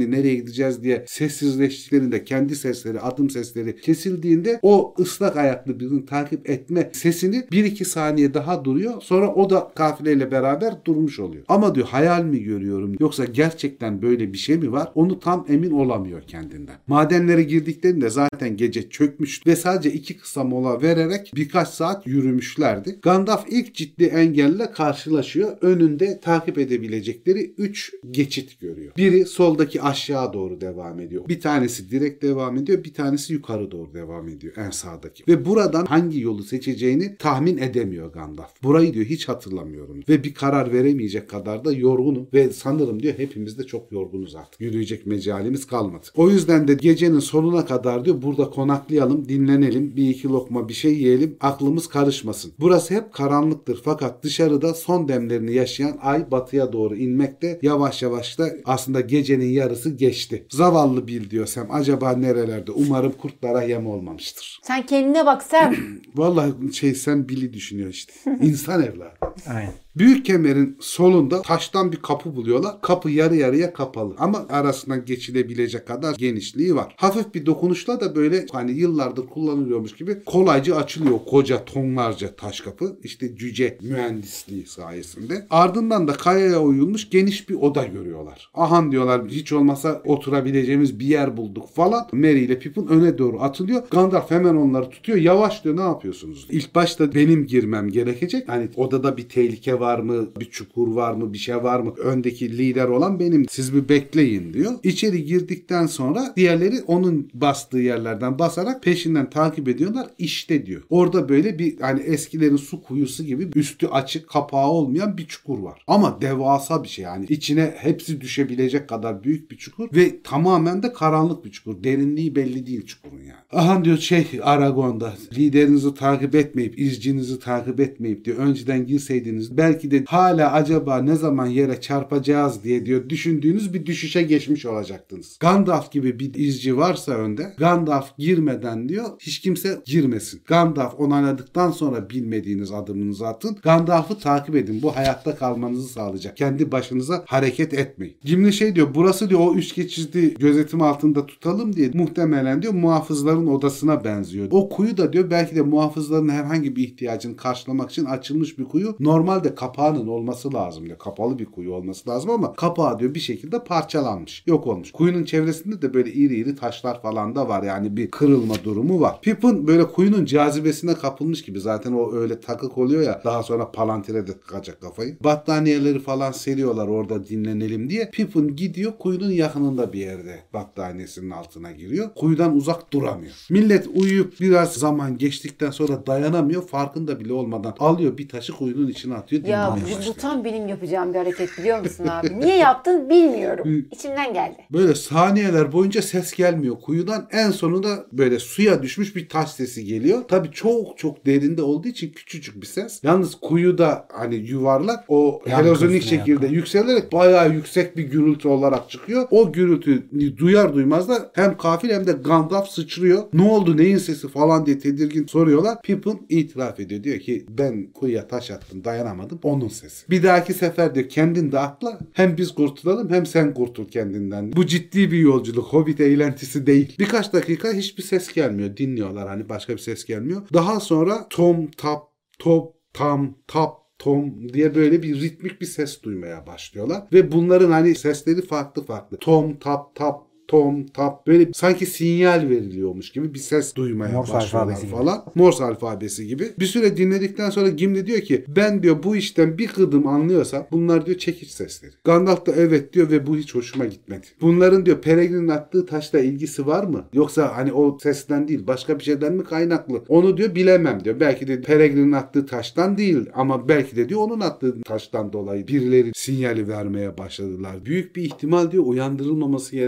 hani nereye gideceğiz diye sessizleştiklerinde kendi sesleri, adım sesleri kesildiğinde o ıslak ayaklı birini takip etme sesini 1-2 saniye daha duruyor. Sonra o da kafileyle beraber durmuş oluyor. Ama diyor hayal mi görüyorum yoksa gerçekten böyle bir şey mi var? Onu tam emin olamıyor kendinden. Madenlere girdiklerinde zaten gece çökmüş ve sadece 2 kısa mola vererek birkaç saat yürümüşlerdi. Gandalf ilk ciddi engelle karşılaşıyor. Önünde takip edebilecekleri 3 geçit görüyor. Biri soldaki aşağı doğru devam ediyor. Bir tanesi direkt devam ediyor. Bir tanesi yukarı doğru devam ediyor. En sağdaki. Ve buradan hangi yolu seçeceğini tahmin edemiyor Gandalf. Burayı diyor hiç hatırlamıyorum. Ve bir karar veremeyecek kadar da yorgunum. Ve sanırım diyor hepimiz de çok yorgunuz artık. Yürüyecek mecalimiz kalmadı. O yüzden de gecenin sonuna kadar diyor burada konaklayalım, dinlenelim, bir iki lokma bir şey yiyelim, aklımız karışmasın. Burası hep karanlıktır fakat dışarıda son demlerini yaşayan ay batıya doğru inmekte. Yavaş yavaş da aslında gecenin yarısı geçti. Zavallı Bil diyor Sam. Acaba nerelerde? Umarım kurtlara yem olmamıştır. Sen kendine bak Sam. Vallahi sen Bil'i düşünüyor işte. İnsan evladı. Aynen. Büyük kemerin solunda taştan bir kapı buluyorlar. Kapı yarı yarıya kapalı ama arasından geçilebilecek kadar genişliği var. Hafif bir dokunuşla da böyle hani yıllardır kullanılıyormuş gibi kolayca açılıyor koca tonlarca taş kapı. İşte cüce mühendisliği sayesinde. Ardından da kayaya oyulmuş geniş bir oda görüyorlar. Ahan diyorlar hiç olmasa oturabileceğimiz bir yer bulduk falan. Merry ile Pippin öne doğru atılıyor. Gandalf hemen onları tutuyor. Yavaş diyor ne yapıyorsunuz? İlk başta benim girmem gerekecek. Hani odada bir tehlike var mı? Bir çukur var mı? Bir şey var mı? Öndeki lider olan benim. Siz bir bekleyin diyor. İçeri girdikten sonra diğerleri onun bastığı yerlerden basarak peşinden takip ediyorlar. İşte diyor. Orada böyle bir hani eskilerin su kuyusu gibi üstü açık kapağı olmayan bir çukur var. Ama devasa bir şey yani. İçine hepsi düşebilecek kadar büyük bir çukur ve tamamen de karanlık bir çukur. Derinliği belli değil çukurun yani. Aha diyor Aragon'da liderinizi takip etmeyip, izcinizi takip etmeyip diyor. Önceden girseydiniz belki de hala acaba ne zaman yere çarpacağız diye diyor düşündüğünüz bir düşüşe geçmiş olacaktınız. Gandalf gibi bir izci varsa önde Gandalf girmeden diyor hiç kimse girmesin. Gandalf onayladıktan sonra bilmediğiniz adımınızı atın. Gandalf'ı takip edin. Bu hayatta kalmanızı sağlayacak. Kendi başınıza hareket etmeyin. Gimli diyor burası diyor o üç geçidi gözetim altında tutalım diye muhtemelen diyor muhafızların odasına benziyor. O kuyu da diyor belki de muhafızların herhangi bir ihtiyacını karşılamak için açılmış bir kuyu. Normalde kapağının olması lazım diyor. Kapalı bir kuyu olması lazım ama kapağı diyor bir şekilde parçalanmış. Yok olmuş. Kuyunun çevresinde de böyle iri iri taşlar falan da var. Yani bir kırılma durumu var. Pippin böyle kuyunun cazibesine kapılmış gibi. Zaten o öyle takık oluyor ya. Daha sonra Palantir'e de tıkacak kafayı. Battaniyeleri falan seriyorlar orada dinlenelim diye. Pippin gidiyor kuyunun yakınında bir yerde battaniyesinin altına giriyor. Kuyudan uzak duramıyor. Millet uyuyup biraz zaman geçtikten sonra dayanamıyor. Farkında bile olmadan alıyor bir taşı kuyunun içine atıyor. Ya bu tam benim yapacağım bir hareket biliyor musun abi? Niye yaptın bilmiyorum. İçimden geldi. Böyle saniyeler boyunca ses gelmiyor kuyudan. En sonunda böyle suya düşmüş bir taş sesi geliyor. Tabii çok çok derinde olduğu için küçücük bir ses. Yalnız kuyuda hani yuvarlak o heliozonik şekilde yükselerek bayağı yüksek bir gürültü olarak çıkıyor. O gürültüyü duyar duymaz da hem kafir hem de Gandalf sıçrıyor. Ne oldu neyin sesi falan diye tedirgin soruyorlar. Pippin itiraf ediyor. Diyor ki ben kuyuya taş attım dayanamadım. Onun sesi. Bir dahaki sefer diyor kendin de atla. Hem biz kurtulalım hem sen kurtul kendinden. Bu ciddi bir yolculuk. Hobbit eğlentisi değil. Birkaç dakika hiçbir ses gelmiyor. Dinliyorlar hani başka bir ses gelmiyor. Daha sonra tom tap top tam tap tom diye böyle bir ritmik bir ses duymaya başlıyorlar. Ve bunların hani sesleri farklı farklı. Tom tap tap tom tap böyle sanki sinyal veriliyormuş gibi bir ses duymaya Morse başlıyorlar alfabesi falan. Morse alfabesi gibi. Bir süre dinledikten sonra Gimli diyor ki ben diyor bu işten bir kıdım anlıyorsam bunlar diyor çekiç sesleri. Gandalf da evet diyor ve bu hiç hoşuma gitmedi. Bunların diyor Peregrin'in attığı taşla ilgisi var mı? Yoksa hani o sesten değil başka bir şeyden mi kaynaklı? Onu diyor bilemem diyor. Belki de Peregrin'in attığı taştan değil ama belki de diyor onun attığı taştan dolayı birileri sinyali vermeye başladılar. Büyük bir ihtimal diyor uyandırılmaması gereken bir şey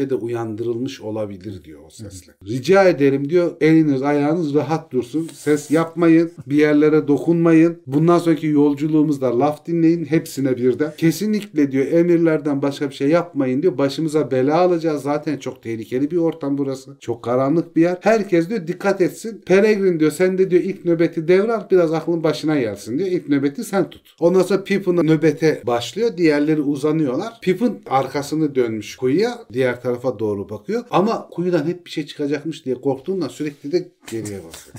önce de uyandırılmış olabilir diyor o sesle. Rica ederim diyor, eliniz ayağınız rahat dursun. Ses yapmayın. Bir yerlere dokunmayın. Bundan sonraki yolculuğumuzda laf dinleyin. Hepsine birden. Kesinlikle diyor emirlerden başka bir şey yapmayın diyor. Başımıza bela alacağız. Zaten çok tehlikeli bir ortam burası. Çok karanlık bir yer. Herkes diyor dikkat etsin. Peregrin diyor sen de diyor ilk nöbeti devral. Biraz aklın başına gelsin diyor. İlk nöbeti sen tut. Ondan sonra Pippin nöbete başlıyor. Diğerleri uzanıyorlar. Pippin arkasını dönmüş kuyuya. Diğer tarafa doğru bakıyor. Ama kuyudan hep bir şey çıkacakmış diye korktuğundan sürekli de geriye bakıyor.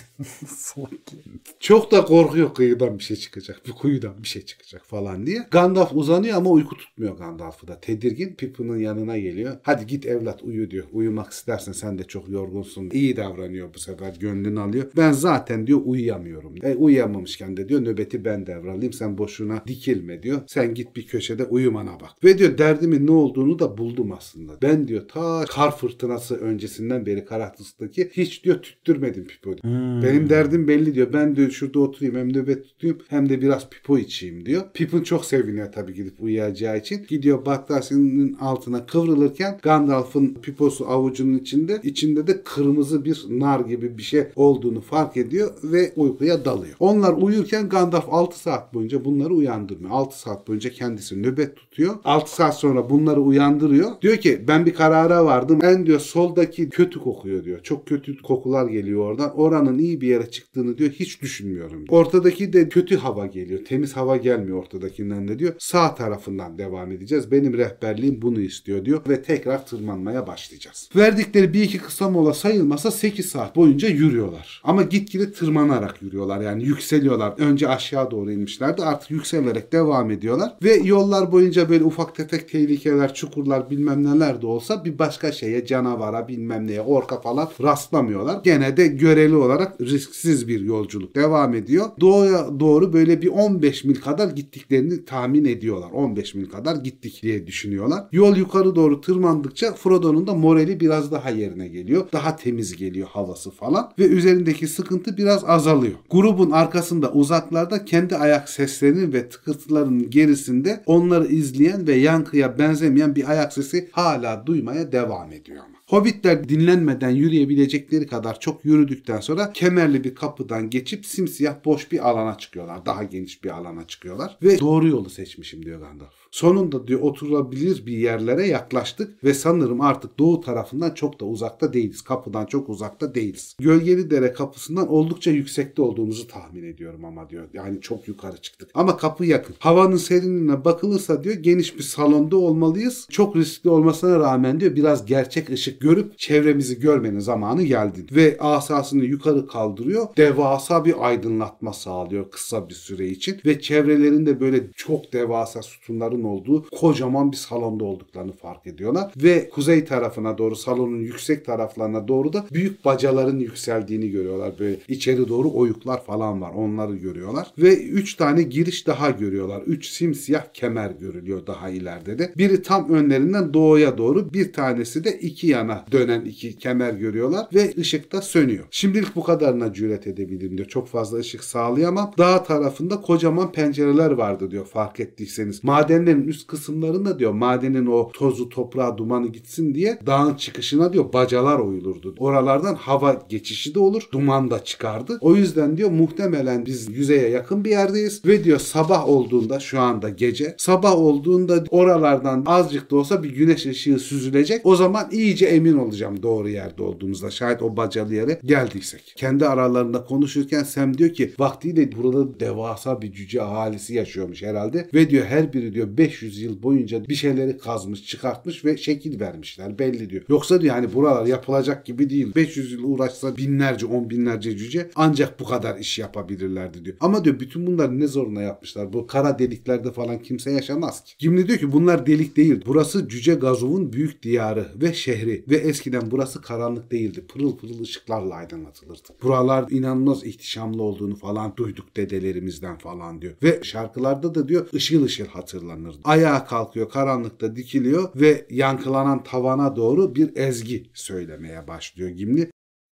Çok da korkuyor kıyıdan bir şey çıkacak. Bir kuyudan bir şey çıkacak falan diye. Gandalf uzanıyor ama uyku tutmuyor Gandalf'ı da. Tedirgin Pippin'in yanına geliyor. Hadi git evlat uyu diyor. Uyumak istersen sen de çok yorgunsun. İyi davranıyor bu sefer. Gönlünü alıyor. Ben zaten diyor uyuyamıyorum. Uyuyamamışken de diyor nöbeti ben devralayım. Sen boşuna dikilme diyor. Sen git bir köşede uyumana bak. Ve diyor derdimin ne olduğunu da buldum aslında. Ben diyor ta kar fırtınası öncesinden beri Karahtıs'taki hiç diyor tüttürmedim Pipo'yu. Benim derdim belli diyor. Ben diyor şurada oturayım hem nöbet tutayım hem de biraz pipo içeyim diyor. Pippin çok seviniyor tabii gidip uyuyacağı için. Gidiyor battasının altına kıvrılırken Gandalf'ın piposu avucunun içinde de kırmızı bir nar gibi bir şey olduğunu fark ediyor ve uykuya dalıyor. Onlar uyurken Gandalf 6 saat boyunca bunları uyandırmıyor. 6 saat boyunca kendisi nöbet tutuyor. 6 saat sonra bunları uyandırıyor. Diyor ki ben bir karara vardım. En diyor soldaki kötü kokuyor diyor. Çok kötü kokular geliyor oradan. Oranın iyi bir yere çıktığını diyor hiç düşünmüyorum. Ortadaki de kötü hava geliyor. Temiz hava gelmiyor ortadakinden de diyor. Sağ tarafından devam edeceğiz. Benim rehberliğim bunu istiyor diyor ve tekrar tırmanmaya başlayacağız. Verdikleri bir iki kısa mola sayılmasa 8 saat boyunca yürüyorlar. Ama gitgide tırmanarak yürüyorlar. Yani yükseliyorlar. Önce aşağı doğru inmişlerdi. Artık yükselerek devam ediyorlar. Ve yollar boyunca böyle ufak tefek tehlikeler, çukurlar bilmem neler de olsa bir başka şeye, canavara bilmem neye, orka falan rastlamıyorlar. Gene de göreli olarak risksiz bir yolculuk devam ediyor. Doğuya doğru böyle bir 15 mil kadar gittiklerini tahmin ediyorlar. 15 mil kadar gittik diye düşünüyorlar. Yol yukarı doğru tırmandıkça Frodo'nun da morali biraz daha yerine geliyor. Daha temiz geliyor havası falan ve üzerindeki sıkıntı biraz azalıyor. Grubun arkasında uzaklarda kendi ayak seslerinin ve tıkırtılarının gerisinde onları izleyen ve yankıya benzemeyen bir ayak sesi hala duymaya devam ediyor ama. Hobbitler dinlenmeden yürüyebilecekleri kadar çok yürüdükten sonra kemerli bir kapıdan geçip simsiyah boş bir alana çıkıyorlar. Daha geniş bir alana çıkıyorlar. Ve doğru yolu seçmişim diyor Gandalf. Sonunda diyor oturulabilir bir yerlere yaklaştık ve sanırım artık doğu tarafından çok da uzakta değiliz. Kapıdan çok uzakta değiliz. Gölgeli Dere kapısından oldukça yüksekte olduğumuzu tahmin ediyorum ama diyor. Yani çok yukarı çıktık. Ama kapı yakın. Havanın serinliğine bakılırsa diyor geniş bir salonda olmalıyız. Çok riskli olmasına rağmen diyor biraz gerçek ışık görüp çevremizi görmenin zamanı geldi. Ve asasını yukarı kaldırıyor. Devasa bir aydınlatma sağlıyor kısa bir süre için. Ve çevrelerinde böyle çok devasa sütunların olduğu kocaman bir salonda olduklarını fark ediyorlar. Ve kuzey tarafına doğru salonun yüksek taraflarına doğru da büyük bacaların yükseldiğini görüyorlar. Böyle içeri doğru oyuklar falan var. Onları görüyorlar. Ve 3 tane giriş daha görüyorlar. 3 simsiyah kemer görülüyor daha ileride de. Biri tam önlerinden doğuya doğru, bir tanesi de iki yana dönen 2 kemer görüyorlar ve ışık da sönüyor. Şimdilik bu kadarına cüret edebilirim diyor. Çok fazla ışık sağlayamam. Dağ tarafında kocaman pencereler vardı diyor fark ettiyseniz. Madenlerin üst kısımlarında diyor madenin o tozu, toprağı, dumanı gitsin diye dağın çıkışına diyor bacalar oyulurdu. Oralardan hava geçişi de olur. Duman da çıkardı. O yüzden diyor muhtemelen biz yüzeye yakın bir yerdeyiz ve diyor sabah olduğunda, şu anda gece, sabah olduğunda oralardan azıcık da olsa bir güneş ışığı süzülecek. O zaman iyice emin olacağım doğru yerde olduğumuzda. Şayet o bacalı yere geldiysek. Kendi aralarında konuşurken Sam diyor ki vaktiyle burada devasa bir cüce ahalisi yaşıyormuş herhalde ve diyor her biri diyor 500 yıl boyunca bir şeyleri kazmış, çıkartmış ve şekil vermişler belli diyor. Yoksa diyor hani buralar yapılacak gibi değil. 500 yıl uğraşsa binlerce, 10 binlerce cüce ancak bu kadar iş yapabilirlerdi diyor. Ama diyor bütün bunları ne zoruna yapmışlar? Bu kara deliklerde falan kimse yaşamaz ki. Gimli diyor ki bunlar delik değil. Burası Cüce Gazov'un büyük diyarı ve şehri ve eskiden burası karanlık değildi. Pırıl pırıl ışıklarla aydınlatılırdı. Buralar inanılmaz ihtişamlı olduğunu falan duyduk dedelerimizden falan diyor. Ve şarkılarda da diyor ışıl ışıl hatırlanırdı. Ayağa kalkıyor, karanlıkta dikiliyor ve yankılanan tavana doğru bir ezgi söylemeye başlıyor Gimli.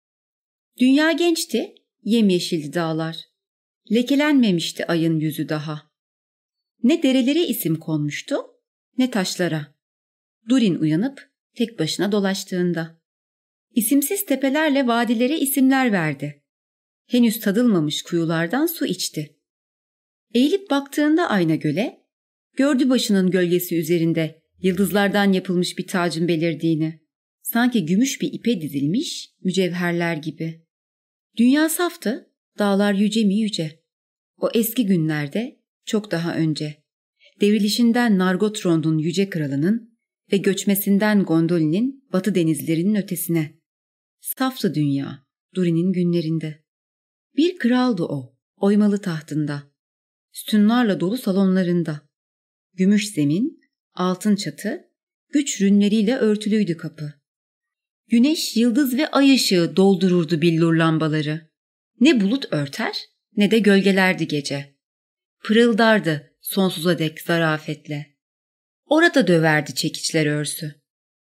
Dünya gençti, yemyeşildi dağlar. Lekelenmemişti ayın yüzü daha. Ne derelere isim konmuştu, ne taşlara. Durin uyanıp tek başına dolaştığında. İsimsiz tepelerle vadilere isimler verdi. Henüz tadılmamış kuyulardan su içti. Eğilip baktığında ayna göle, gördü başının gölgesi üzerinde yıldızlardan yapılmış bir tacın belirdiğini. Sanki gümüş bir ipe dizilmiş mücevherler gibi. Dünya saftı, dağlar yüce mi yüce. O eski günlerde, çok daha önce, devrilişinden Nargothrond'un yüce kralının ve göçmesinden Gondolin'in batı denizlerinin ötesine. Saftı dünya, Durin'in günlerinde. Bir kraldı o, oymalı tahtında. Sütunlarla dolu salonlarında. Gümüş zemin, altın çatı, güç rünleriyle örtülüydü kapı. Güneş, yıldız ve ay ışığı doldururdu billur lambaları. Ne bulut örter, ne de gölgelerdi gece. Pırıldardı sonsuza dek zarafetle. Orada döverdi çekiçler örsü.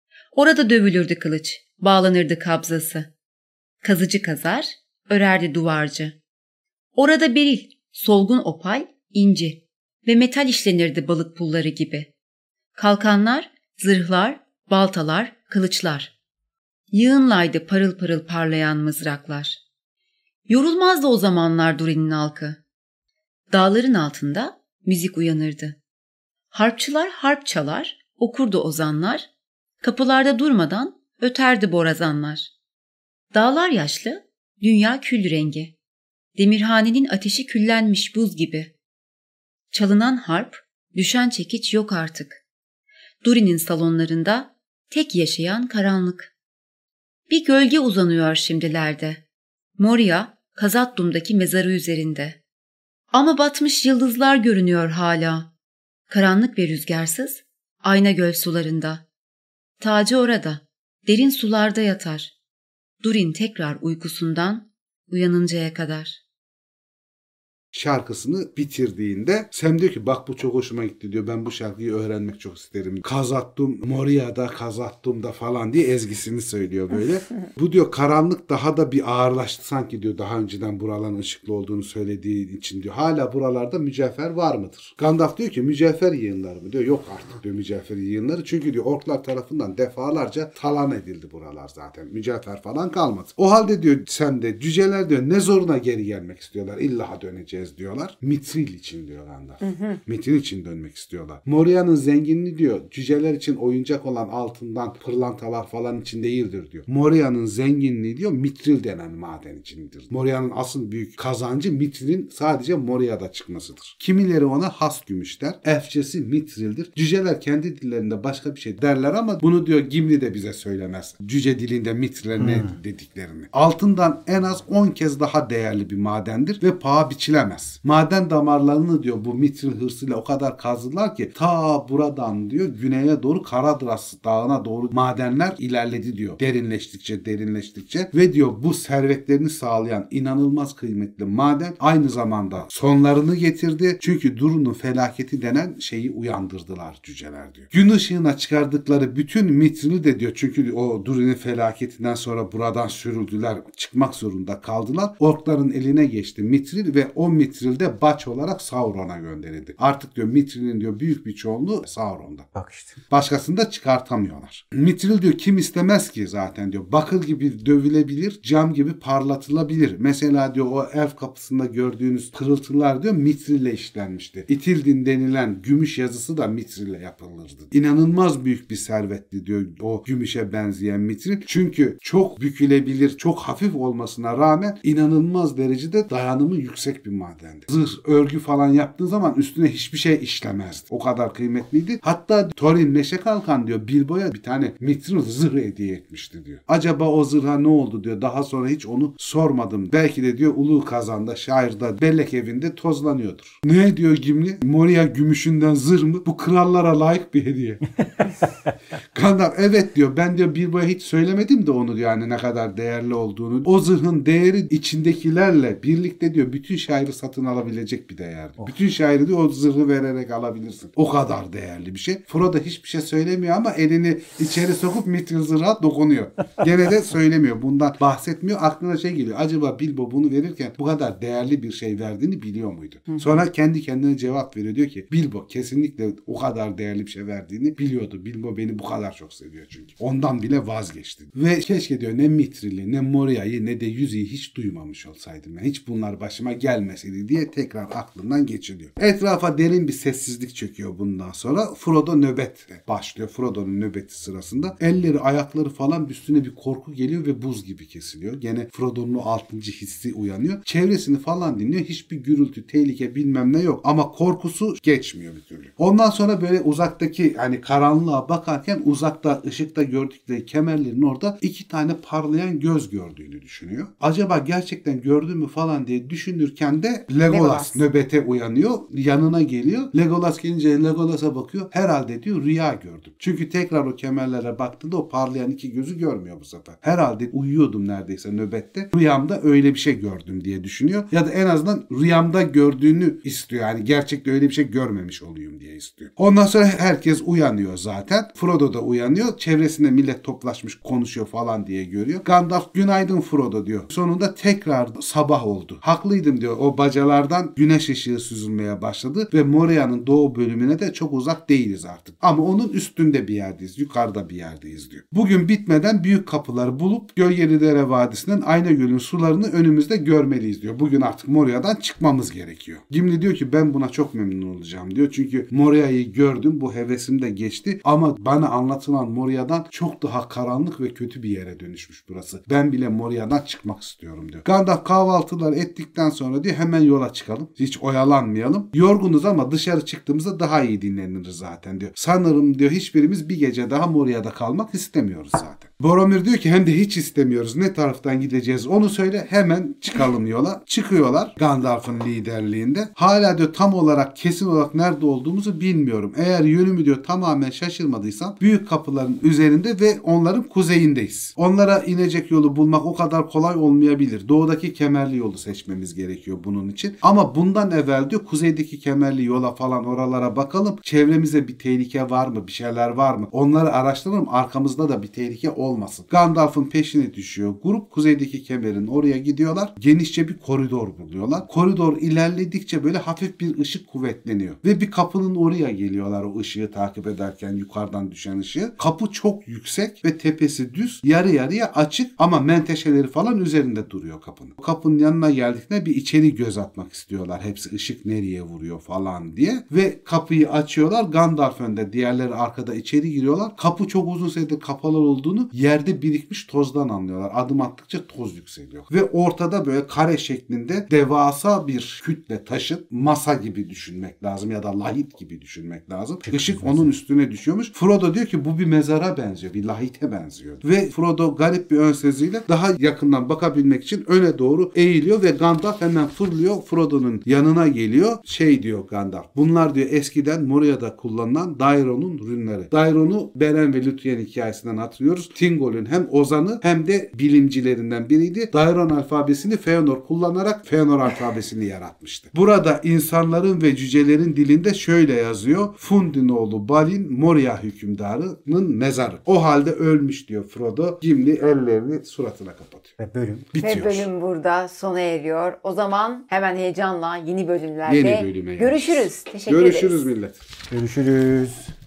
Orada dövülürdü kılıç, bağlanırdı kabzası. Kazıcı kazar, örerdi duvarcı. Orada beril, solgun opal, inci ve metal işlenirdi balık pulları gibi. Kalkanlar, zırhlar, baltalar, kılıçlar. Yığınlaydı parıl parıl parlayan mızraklar. Yorulmazdı o zamanlar Durin'in halkı. Dağların altında müzik uyanırdı. Harpçılar harp çalar, okurdu ozanlar, kapılarda durmadan öterdi borazanlar. Dağlar yaşlı, dünya kül rengi. Demirhanenin ateşi küllenmiş buz gibi. Çalınan harp, düşen çekiç yok artık. Durin'in salonlarında tek yaşayan karanlık. Bir gölge uzanıyor şimdilerde. Moria, Khazad-dûm'daki mezarı üzerinde. Ama batmış yıldızlar görünüyor hala. Karanlık ve rüzgarsız, ayna göl sularında. Tacı orada, derin sularda yatar. Durin tekrar uykusundan uyanıncaya kadar. Şarkısını bitirdiğinde Sam diyor ki bak bu çok hoşuma gitti diyor. Ben bu şarkıyı öğrenmek çok isterim. Khazad-dûm, Moria'da, Khazad-dûm'da falan diye ezgisini söylüyor böyle. Bu diyor karanlık daha da bir ağırlaştı sanki diyor. Daha önceden buraların ışıklı olduğunu söylediği için diyor. Hala buralarda mücevher var mıdır? Gandalf diyor ki mücevher yığınları mı diyor. Yok artık diyor mücevher yığınları. Çünkü diyor orklar tarafından defalarca talan edildi buralar zaten. Mücevher falan kalmadı. O halde diyor Sam de cüceler diyor ne zoruna geri gelmek istiyorlar. İlla döneceğiz diyorlar. Mithril için diyor Gandalf. Mithril için dönmek istiyorlar. Moria'nın zenginliği diyor cüceler için oyuncak olan altından pırlantalar falan için değildir diyor. Moria'nın zenginliği diyor Mithril denen maden içindir. Moria'nın asıl büyük kazancı Mithril'in sadece Moria'da çıkmasıdır. Kimileri ona has gümüş der. Efçesi Mithril'dir. Cüceler kendi dillerinde başka bir şey derler ama bunu diyor Gimli de bize söylemez. Cüce dilinde Mithril'e ne dediklerini. Altından en az 10 kez daha değerli bir madendir ve paha biçilemez. Maden damarlarını diyor bu Mithril hırsıyla o kadar kazdılar ki ta buradan diyor güneye doğru Karadras dağına doğru madenler ilerledi diyor. Derinleştikçe ve diyor bu servetlerini sağlayan inanılmaz kıymetli maden aynı zamanda sonlarını getirdi. Çünkü Durin'in felaketi denen şeyi uyandırdılar cüceler diyor. Gün ışığına çıkardıkları bütün Mithril'i de diyor çünkü o Durin'in felaketinden sonra buradan sürüldüler. Çıkmak zorunda kaldılar. Orkların eline geçti Mithril ve o Mithril de baç olarak Sauron'a gönderildi. Artık diyor Mithril'in diyor büyük bir çoğunluğu Sauron'da. Bak işte. Başkasını da çıkartamıyorlar. Mithril diyor kim istemez ki zaten diyor. Bakır gibi dövülebilir, cam gibi parlatılabilir. Mesela diyor o elf kapısında gördüğünüz pırıltılar diyor Mithril'le işlenmişti. İtildin denilen gümüş yazısı da Mithril'le yapılırdı. İnanılmaz büyük bir servetti diyor o gümüşe benzeyen Mithril. Çünkü çok bükülebilir, çok hafif olmasına rağmen inanılmaz derecede dayanımı yüksek bir madendi. Zırh, örgü falan yaptığı zaman üstüne hiçbir şey işlemezdi. O kadar kıymetliydi. Hatta Thorin Meşe Kalkan diyor Bilbo'ya bir tane Mithril zırh hediye etmişti diyor. Acaba o zırha ne oldu diyor. Daha sonra hiç onu sormadım. Belki de diyor Ulu Kazan'da, şairde, bellek evinde tozlanıyordur. Ne diyor Gimli? Moria gümüşünden zırh mı? Bu krallara layık bir hediye. Gandalf evet diyor. Ben diyor Bilbo'ya hiç söylemedim de onu diyor yani ne kadar değerli olduğunu. O zırhın değeri içindekilerle birlikte diyor bütün şairi satın alabilecek bir değerdi. Bütün şehri diyor o zırhı vererek alabilirsin. O kadar değerli bir şey. Frodo hiçbir şey söylemiyor ama elini içeri sokup Mithril zırha dokunuyor. Gene de söylemiyor. Bundan bahsetmiyor. Aklına şey geliyor. Acaba Bilbo bunu verirken bu kadar değerli bir şey verdiğini biliyor muydu? Sonra kendi kendine cevap veriyor. Diyor ki Bilbo kesinlikle o kadar değerli bir şey verdiğini biliyordu. Bilbo beni bu kadar çok seviyor çünkü. Ondan bile vazgeçti. Ve keşke diyor ne Mithril'i, ne Moria'yı, ne de Yüzü'yü hiç duymamış olsaydım. Yani hiç bunlar başıma gelmeseydi diye tekrar aklından geçiriyor. Etrafa derin bir sessizlik çöküyor bundan sonra. Frodo nöbete başlıyor. Frodo'nun nöbeti sırasında elleri, ayakları falan üstüne bir korku geliyor ve buz gibi kesiliyor. Gene Frodo'nun o 6. hissi uyanıyor. Çevresini falan dinliyor. Hiçbir gürültü, tehlike bilmem ne yok. Ama korkusu geçmiyor bir türlü. Ondan sonra böyle uzaktaki hani karanlığa bakarken uzakta ışıkta gördükleri kemerlerin orada 2 tane parlayan göz gördüğünü düşünüyor. Acaba gerçekten gördü mü falan diye düşünürken de Legolas nöbete uyanıyor. Yanına geliyor. Legolas gelince Legolas'a bakıyor. Herhalde diyor rüya gördüm. Çünkü tekrar o kemerlere baktığında o parlayan 2 gözü görmüyor bu sefer. Herhalde uyuyordum neredeyse nöbette. Rüyamda öyle bir şey gördüm diye düşünüyor. Ya da en azından rüyamda gördüğünü istiyor. Yani gerçekte öyle bir şey görmemiş olayım diye istiyor. Ondan sonra herkes uyanıyor zaten. Frodo da uyanıyor. Çevresinde millet toplaşmış konuşuyor falan diye görüyor. Gandalf günaydın Frodo diyor. Sonunda tekrar sabah oldu. Haklıydım diyor. O bacalardan güneş ışığı süzülmeye başladı ve Moria'nın doğu bölümüne de çok uzak değiliz artık. Ama onun üstünde bir yerdeyiz. Yukarıda bir yerdeyiz diyor. Bugün bitmeden büyük kapıları bulup Gölgelidere Vadisi'nden Aynagöl'ün sularını önümüzde görmeliyiz diyor. Bugün artık Moria'dan çıkmamız gerekiyor. Gimli diyor ki ben buna çok memnun olacağım diyor. Çünkü Moria'yı gördüm. Bu hevesim de geçti. Ama bana anlatılan Moria'dan çok daha karanlık ve kötü bir yere dönüşmüş burası. Ben bile Moria'dan çıkmak istiyorum diyor. Gandalf kahvaltılar ettikten sonra diyor hemen yola çıkalım. Hiç oyalanmayalım. Yorgunuz ama dışarı çıktığımızda daha iyi dinleniriz zaten diyor. Sanırım diyor hiçbirimiz bir gece daha Moria'da kalmak istemiyoruz zaten. Boromir diyor ki hem de hiç istemiyoruz. Ne taraftan gideceğiz onu söyle hemen çıkalım yola. Çıkıyorlar Gandalf'ın liderliğinde. Hala diyor tam olarak kesin olarak nerede olduğumuzu bilmiyorum. Eğer yönümü diyor tamamen şaşırmadıysam büyük kapıların üzerinde ve onların kuzeyindeyiz. Onlara inecek yolu bulmak o kadar kolay olmayabilir. Doğudaki kemerli yolu seçmemiz gerekiyor bunun için. Ama bundan evvel diyor kuzeydeki kemerli yola falan oralara bakalım. Çevremizde bir tehlike var mı? Bir şeyler var mı? Onları araştıralım. Arkamızda da bir tehlike olmasın. Gandalf'ın peşine düşüyor. Grup kuzeydeki kemerin oraya gidiyorlar. Genişçe bir koridor buluyorlar. Koridor ilerledikçe böyle hafif bir ışık kuvvetleniyor. Ve bir kapının oraya geliyorlar o ışığı takip ederken yukarıdan düşen ışığı. Kapı çok yüksek ve tepesi düz. Yarı yarıya açık ama menteşeleri falan üzerinde duruyor kapının. Kapının yanına geldiklerinde bir içeri göz atmak istiyorlar. Hepsi ışık nereye vuruyor falan diye. Ve kapıyı açıyorlar. Gandalf önde, diğerleri arkada içeri giriyorlar. Kapı çok uzun süredir kapalı olduğunu yerde birikmiş tozdan anlıyorlar. Adım attıkça toz yükseliyor. Ve ortada böyle kare şeklinde devasa bir kütle taşıt masa gibi düşünmek lazım ya da lahit gibi düşünmek lazım. Işık onun üstüne düşüyormuş. Frodo diyor ki bu bir mezara benziyor. Bir lahite benziyor. Ve Frodo garip bir ön seziyle daha yakından bakabilmek için öne doğru eğiliyor ve Gandalf hemen fırlıyor. Frodo'nun yanına geliyor. Şey diyor Gandalf. Bunlar diyor eskiden Moria'da kullanılan Daeron'un rünleri. Daeron'u Beren ve Luthien hikayesinden hatırlıyoruz. Thingol'ün hem ozanı hem de bilimcilerinden biriydi. Daeron alfabesini Feanor kullanarak Feanor alfabesini yaratmıştı. Burada insanların ve cücelerin dilinde şöyle yazıyor. Fundin oğlu Balin Moria hükümdarının mezarı. O halde ölmüş diyor Frodo. Gimli ellerini suratına kapatıyor. Ve bölüm Bitiyor. Ve bölüm burada sona eriyor. O zaman hemen heyecanla yeni bölümlerde Yeni bölüme görüşürüz. Teşekkür ederiz. Görüşürüz millet. görüşürüz.